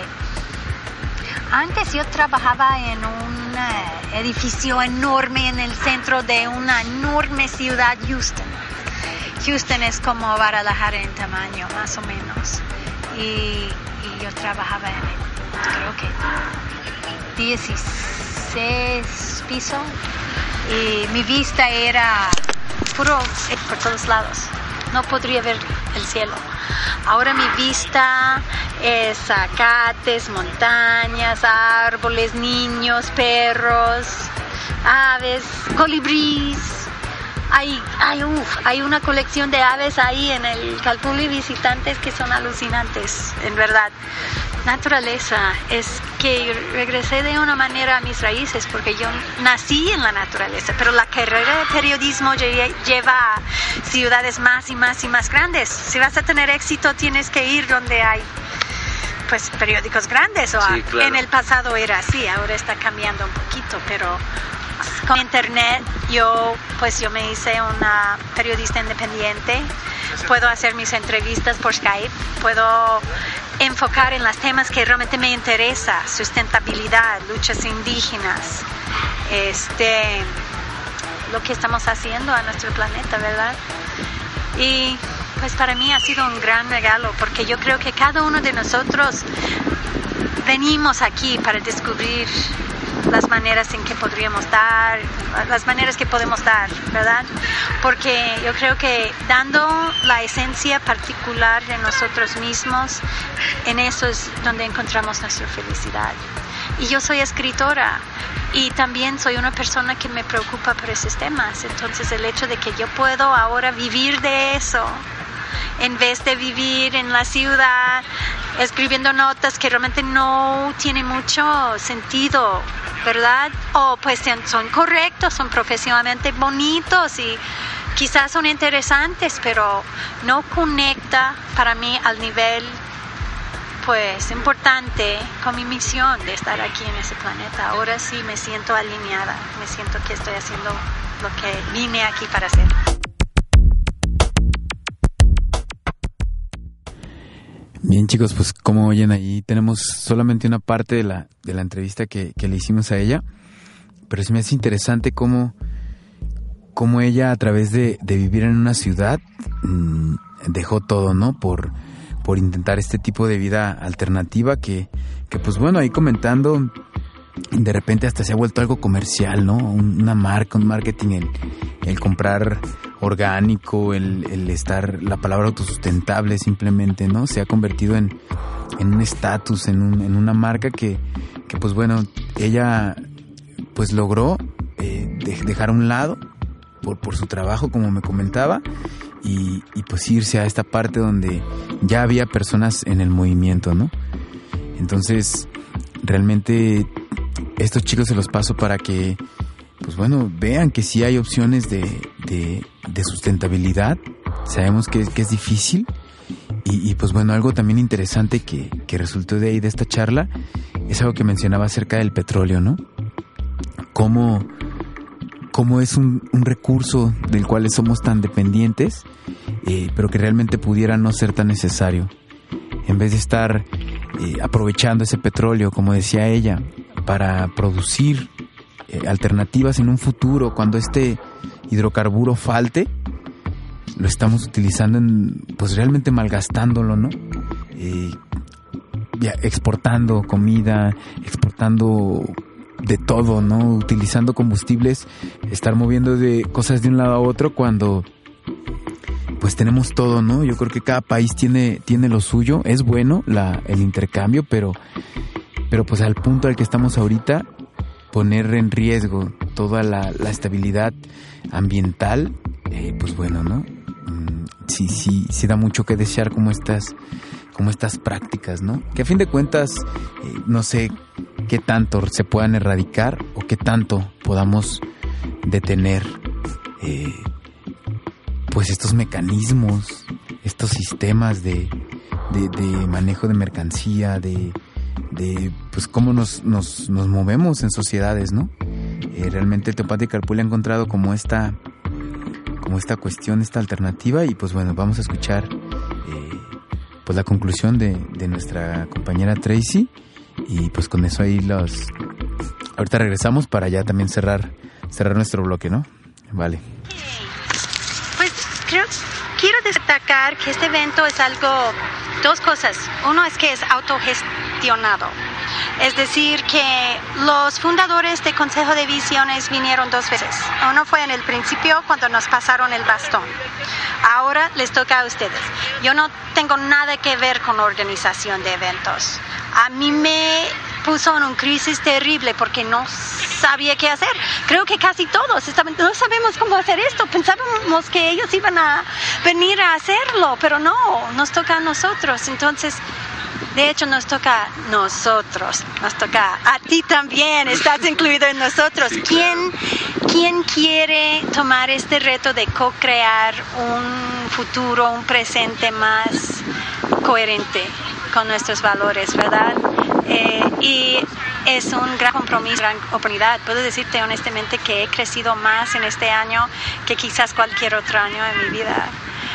antes yo trabajaba en un edificio enorme en el centro de una enorme ciudad, Houston. Houston es como Guadalajara en tamaño, más o menos. Y, y yo trabajaba en, creo que, dieciséis pisos. Y mi vista era puro por todos lados. No podría ver el cielo. Ahora mi vista es zacates, montañas, árboles, niños, perros, aves, colibríes. Hay, hay, uf, hay una colección de aves ahí en el Calpulli Visitantes que son alucinantes, en verdad. Naturaleza, es que regresé de una manera a mis raíces, porque yo nací en la naturaleza, pero la carrera de periodismo lleva a ciudades más y más y más grandes. Si vas a tener éxito, tienes que ir donde hay pues periódicos grandes. O sí, claro. En el pasado era así, ahora está cambiando un poquito, pero con internet yo pues yo me hice una periodista independiente. Puedo hacer mis entrevistas por Skype, puedo enfocar en los temas que realmente me interesa, sustentabilidad, luchas indígenas, este, lo que estamos haciendo a nuestro planeta, ¿verdad? Y pues para mí ha sido un gran regalo, porque yo creo que cada uno de nosotros venimos aquí para descubrir las maneras en que podríamos dar, las maneras que podemos dar, ¿verdad? Porque yo creo que dando la esencia particular de nosotros mismos, en eso es donde encontramos nuestra felicidad. Y yo soy escritora y también soy una persona que me preocupa por esos temas. Entonces el hecho de que yo puedo ahora vivir de eso, en vez de vivir en la ciudad escribiendo notas que realmente no tienen mucho sentido, ¿verdad? O pues son correctos, son profesionalmente bonitos y quizás son interesantes, pero no conecta para mí al nivel pues importante con mi misión de estar aquí en ese planeta. Ahora sí me siento alineada, me siento que estoy haciendo lo que vine aquí para hacer. Bien, chicos, pues como oyen, ahí tenemos solamente una parte de la, de la entrevista que, que le hicimos a ella, pero sí me hace interesante cómo, cómo ella, a través de, de vivir en una ciudad, mmm, dejó todo, ¿no? Por, por intentar este tipo de vida alternativa que, que, pues bueno, ahí comentando, de repente hasta se ha vuelto algo comercial, ¿no? Una marca, un marketing, el, el comprar orgánico, el, el estar, la palabra autosustentable simplemente, ¿no? Se ha convertido en, en un estatus, en, un, en una marca que, que, pues bueno, ella pues logró eh, de, dejar a un lado por, por su trabajo, como me comentaba, y, y pues irse a esta parte donde ya había personas en el movimiento, ¿no? Entonces, realmente estos chicos se los paso para que, pues bueno, vean que sí hay opciones de, de, de sustentabilidad. Sabemos que, que es difícil y, y pues bueno, algo también interesante que, que resultó de ahí de esta charla es algo que mencionaba acerca del petróleo, ¿no? Cómo, cómo es un, un recurso del cual somos tan dependientes, eh, pero que realmente pudiera no ser tan necesario. En vez de estar eh, aprovechando ese petróleo, como decía ella, para producir eh, alternativas en un futuro, cuando este hidrocarburo falte, lo estamos utilizando en, pues realmente malgastándolo, ¿no? Eh, ya, exportando comida, exportando de todo, ¿no? Utilizando combustibles, estar moviendo de cosas de un lado a otro cuando pues tenemos todo, ¿no? Yo creo que cada país tiene, tiene lo suyo. Es bueno la, el intercambio, pero, pero pues al punto al que estamos ahorita, poner en riesgo toda la, la estabilidad ambiental, eh, pues bueno, ¿no? Mm, sí, sí, sí da mucho que desear como estas, como estas prácticas, ¿no? Que a fin de cuentas, eh, no sé qué tanto se puedan erradicar o qué tanto podamos detener, eh, pues estos mecanismos, estos sistemas de, de, de manejo de mercancía, de, de pues cómo nos, nos, nos movemos en sociedades, ¿no? Eh, realmente Teopatía Carpool ha encontrado como esta, como esta cuestión, esta alternativa, y pues bueno, vamos a escuchar eh, pues la conclusión de, de nuestra compañera Tracy, y pues con eso ahí los... Ahorita regresamos para ya también cerrar, cerrar nuestro bloque, ¿no? Vale. Creo, quiero destacar que este evento es algo, dos cosas. Uno es que es autogestionado. Es decir, que los fundadores del Consejo de Visiones vinieron dos veces. Uno fue en el principio cuando nos pasaron el bastón. Ahora les toca a ustedes. Yo no tengo nada que ver con organización de eventos. A mí me puso en una crisis terrible porque no sabía qué hacer. Creo que casi todos estaban, no sabemos cómo hacer esto. Pensábamos que ellos iban a venir a hacerlo, pero no, nos toca a nosotros. Entonces, de hecho, nos toca a nosotros, nos toca a ti también, estás incluido en nosotros. ¿Quién, quién quiere tomar este reto de co-crear un futuro, un presente más coherente con nuestros valores, verdad? Eh, y es un gran compromiso, gran oportunidad. Puedo decirte honestamente que he crecido más en este año que quizás cualquier otro año en mi vida.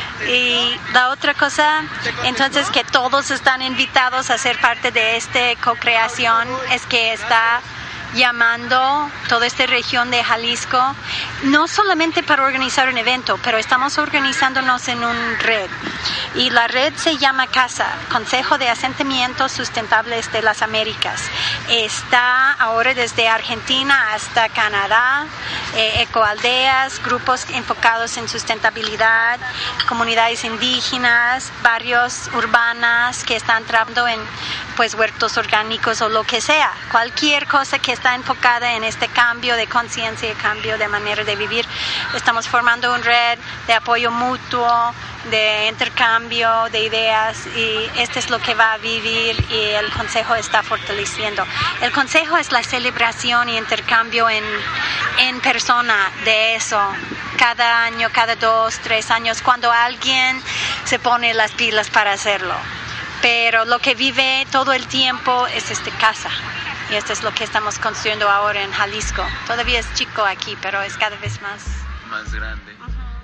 Y la otra cosa, entonces, que todos están invitados a ser parte de esta co-creación, es que está llamando toda esta región de Jalisco, no solamente para organizar un evento, pero estamos organizándonos en una red. Y la red se llama CASA, Consejo de Asentamientos Sustentables de las Américas. Está ahora desde Argentina hasta Canadá, eh, ecoaldeas, grupos enfocados en sustentabilidad, comunidades indígenas, barrios urbanas que están trabajando en pues huertos orgánicos o lo que sea, cualquier cosa que está enfocada en este cambio de conciencia y cambio de manera de vivir. Estamos formando una red de apoyo mutuo, de intercambio de ideas, y esto es lo que va a vivir y el Consejo está fortaleciendo. El Consejo es la celebración y intercambio en, en persona de eso, cada año, cada dos, tres años, cuando alguien se pone las pilas para hacerlo. pero lo que vive todo el tiempo es esta casa. Y esto es lo que estamos construyendo ahora en Jalisco. Todavía es chico aquí, pero es cada vez más... Más grande.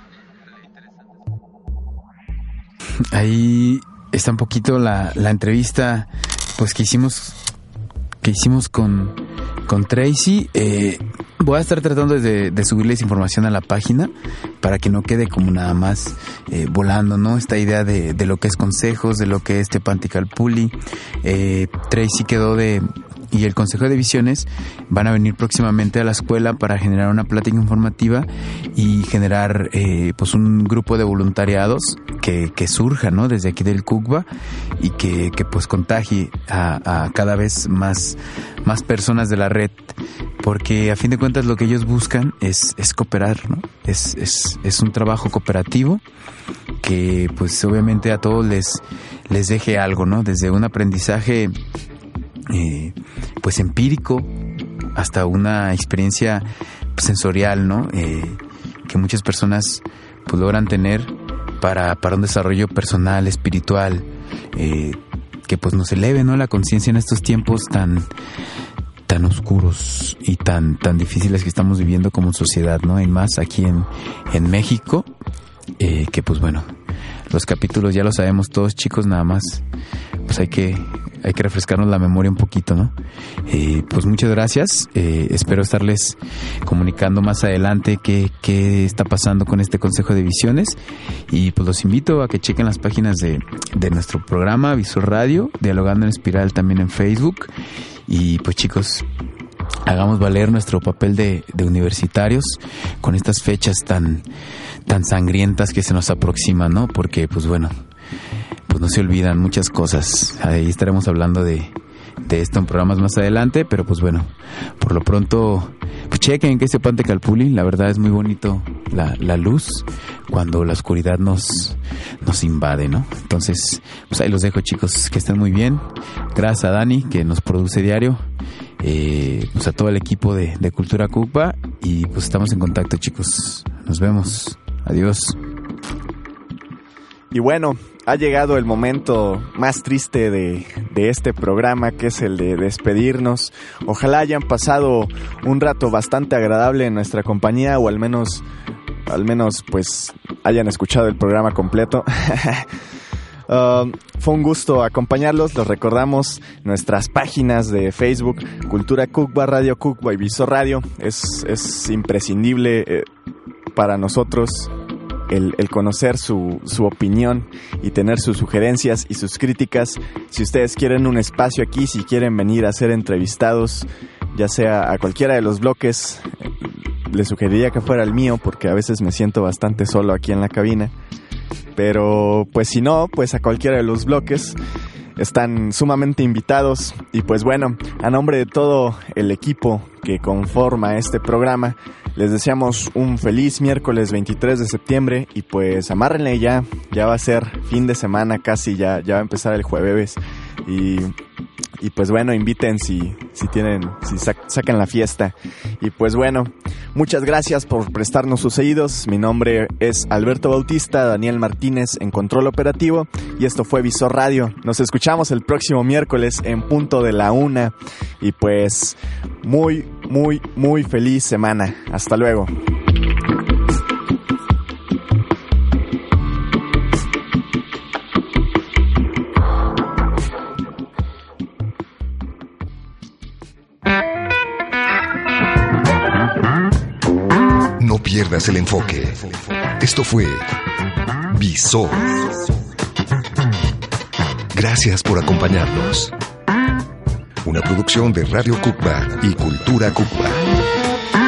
Ahí está un poquito la, la entrevista pues que hicimos que hicimos con, con Tracy. Eh, voy a estar tratando de, de subirles información a la página para que no quede como nada más eh, volando, ¿no? Esta idea de, de lo que es consejos, de lo que es Tepanticalpulli. Eh, Tracy quedó de... y el Consejo de Visiones van a venir próximamente a la escuela para generar una plática informativa y generar eh, pues un grupo de voluntariados que, que surja, ¿no? Desde aquí del CUCBA y que, que pues contagie a, a cada vez más, más personas de la red, porque a fin de cuentas lo que ellos buscan es, es cooperar, ¿no? Es, es, es un trabajo cooperativo que pues obviamente a todos les, les deje algo, ¿no? Desde un aprendizaje Eh, pues empírico hasta una experiencia sensorial, ¿no? Eh, que muchas personas pues logran tener para, para un desarrollo personal, espiritual, eh, que pues nos eleve, ¿no? La conciencia en estos tiempos tan tan oscuros y tan tan difíciles que estamos viviendo como sociedad, ¿no? Y más aquí en, en México, eh, que pues bueno, los capítulos ya lo sabemos todos, chicos, nada más pues hay que hay que refrescarnos la memoria un poquito, ¿no? Eh, pues muchas gracias. Eh, espero estarles comunicando más adelante qué, qué está pasando con este Consejo de Visiones. Y pues los invito a que chequen las páginas de, de nuestro programa Visor Radio, Dialogando en Espiral, también en Facebook. Y pues chicos, hagamos valer nuestro papel de, de universitarios con estas fechas tan, tan sangrientas que se nos aproximan, ¿no? Porque pues bueno, pues no se olvidan muchas cosas. Ahí estaremos hablando de, de esto en programas más adelante, pero pues bueno, por lo pronto, pues chequen que este Tepanticalpulli, la verdad es muy bonito la, la luz cuando la oscuridad nos, nos invade, ¿no? Entonces, pues ahí los dejo, chicos, que estén muy bien. Gracias a Dani, que nos produce diario, eh, pues a todo el equipo de, de Cultura CUCBA, y pues estamos en contacto, chicos. Nos vemos. Adiós. Y bueno, ha llegado el momento más triste de, de este programa, que es el de despedirnos. Ojalá hayan pasado un rato bastante agradable en nuestra compañía, o al menos, al menos pues hayan escuchado el programa completo. Uh, fue un gusto acompañarlos. Los recordamos nuestras páginas de Facebook, Cultura CUCBA, Radio CUCBA y Visor Radio. Es, es imprescindible eh, para nosotros El, el conocer su, su opinión y tener sus sugerencias y sus críticas. Si ustedes quieren un espacio aquí, si quieren venir a ser entrevistados, ya sea a cualquiera de los bloques, les sugeriría que fuera el mío, porque a veces me siento bastante solo aquí en la cabina. Pero pues si no, pues a cualquiera de los bloques están sumamente invitados. Y pues bueno, a nombre de todo el equipo que conforma este programa, les deseamos un feliz miércoles veintitrés de septiembre. Y pues amárrenle ya, ya va a ser fin de semana casi, ya, ya va a empezar el jueves. Y, y pues bueno, inviten si, si tienen, si sac- sacan la fiesta. Y pues bueno, muchas gracias por prestarnos sus oídos. Mi nombre es Alberto Bautista, Daniel Martínez en control operativo, y esto fue Visor Radio. Nos escuchamos el próximo miércoles en punto de la una. Y pues muy, muy, muy feliz semana. Hasta luego. No pierdas el enfoque. Esto fue Visor. Gracias por acompañarnos. Una producción de Radio CUCBA y Cultura CUCBA.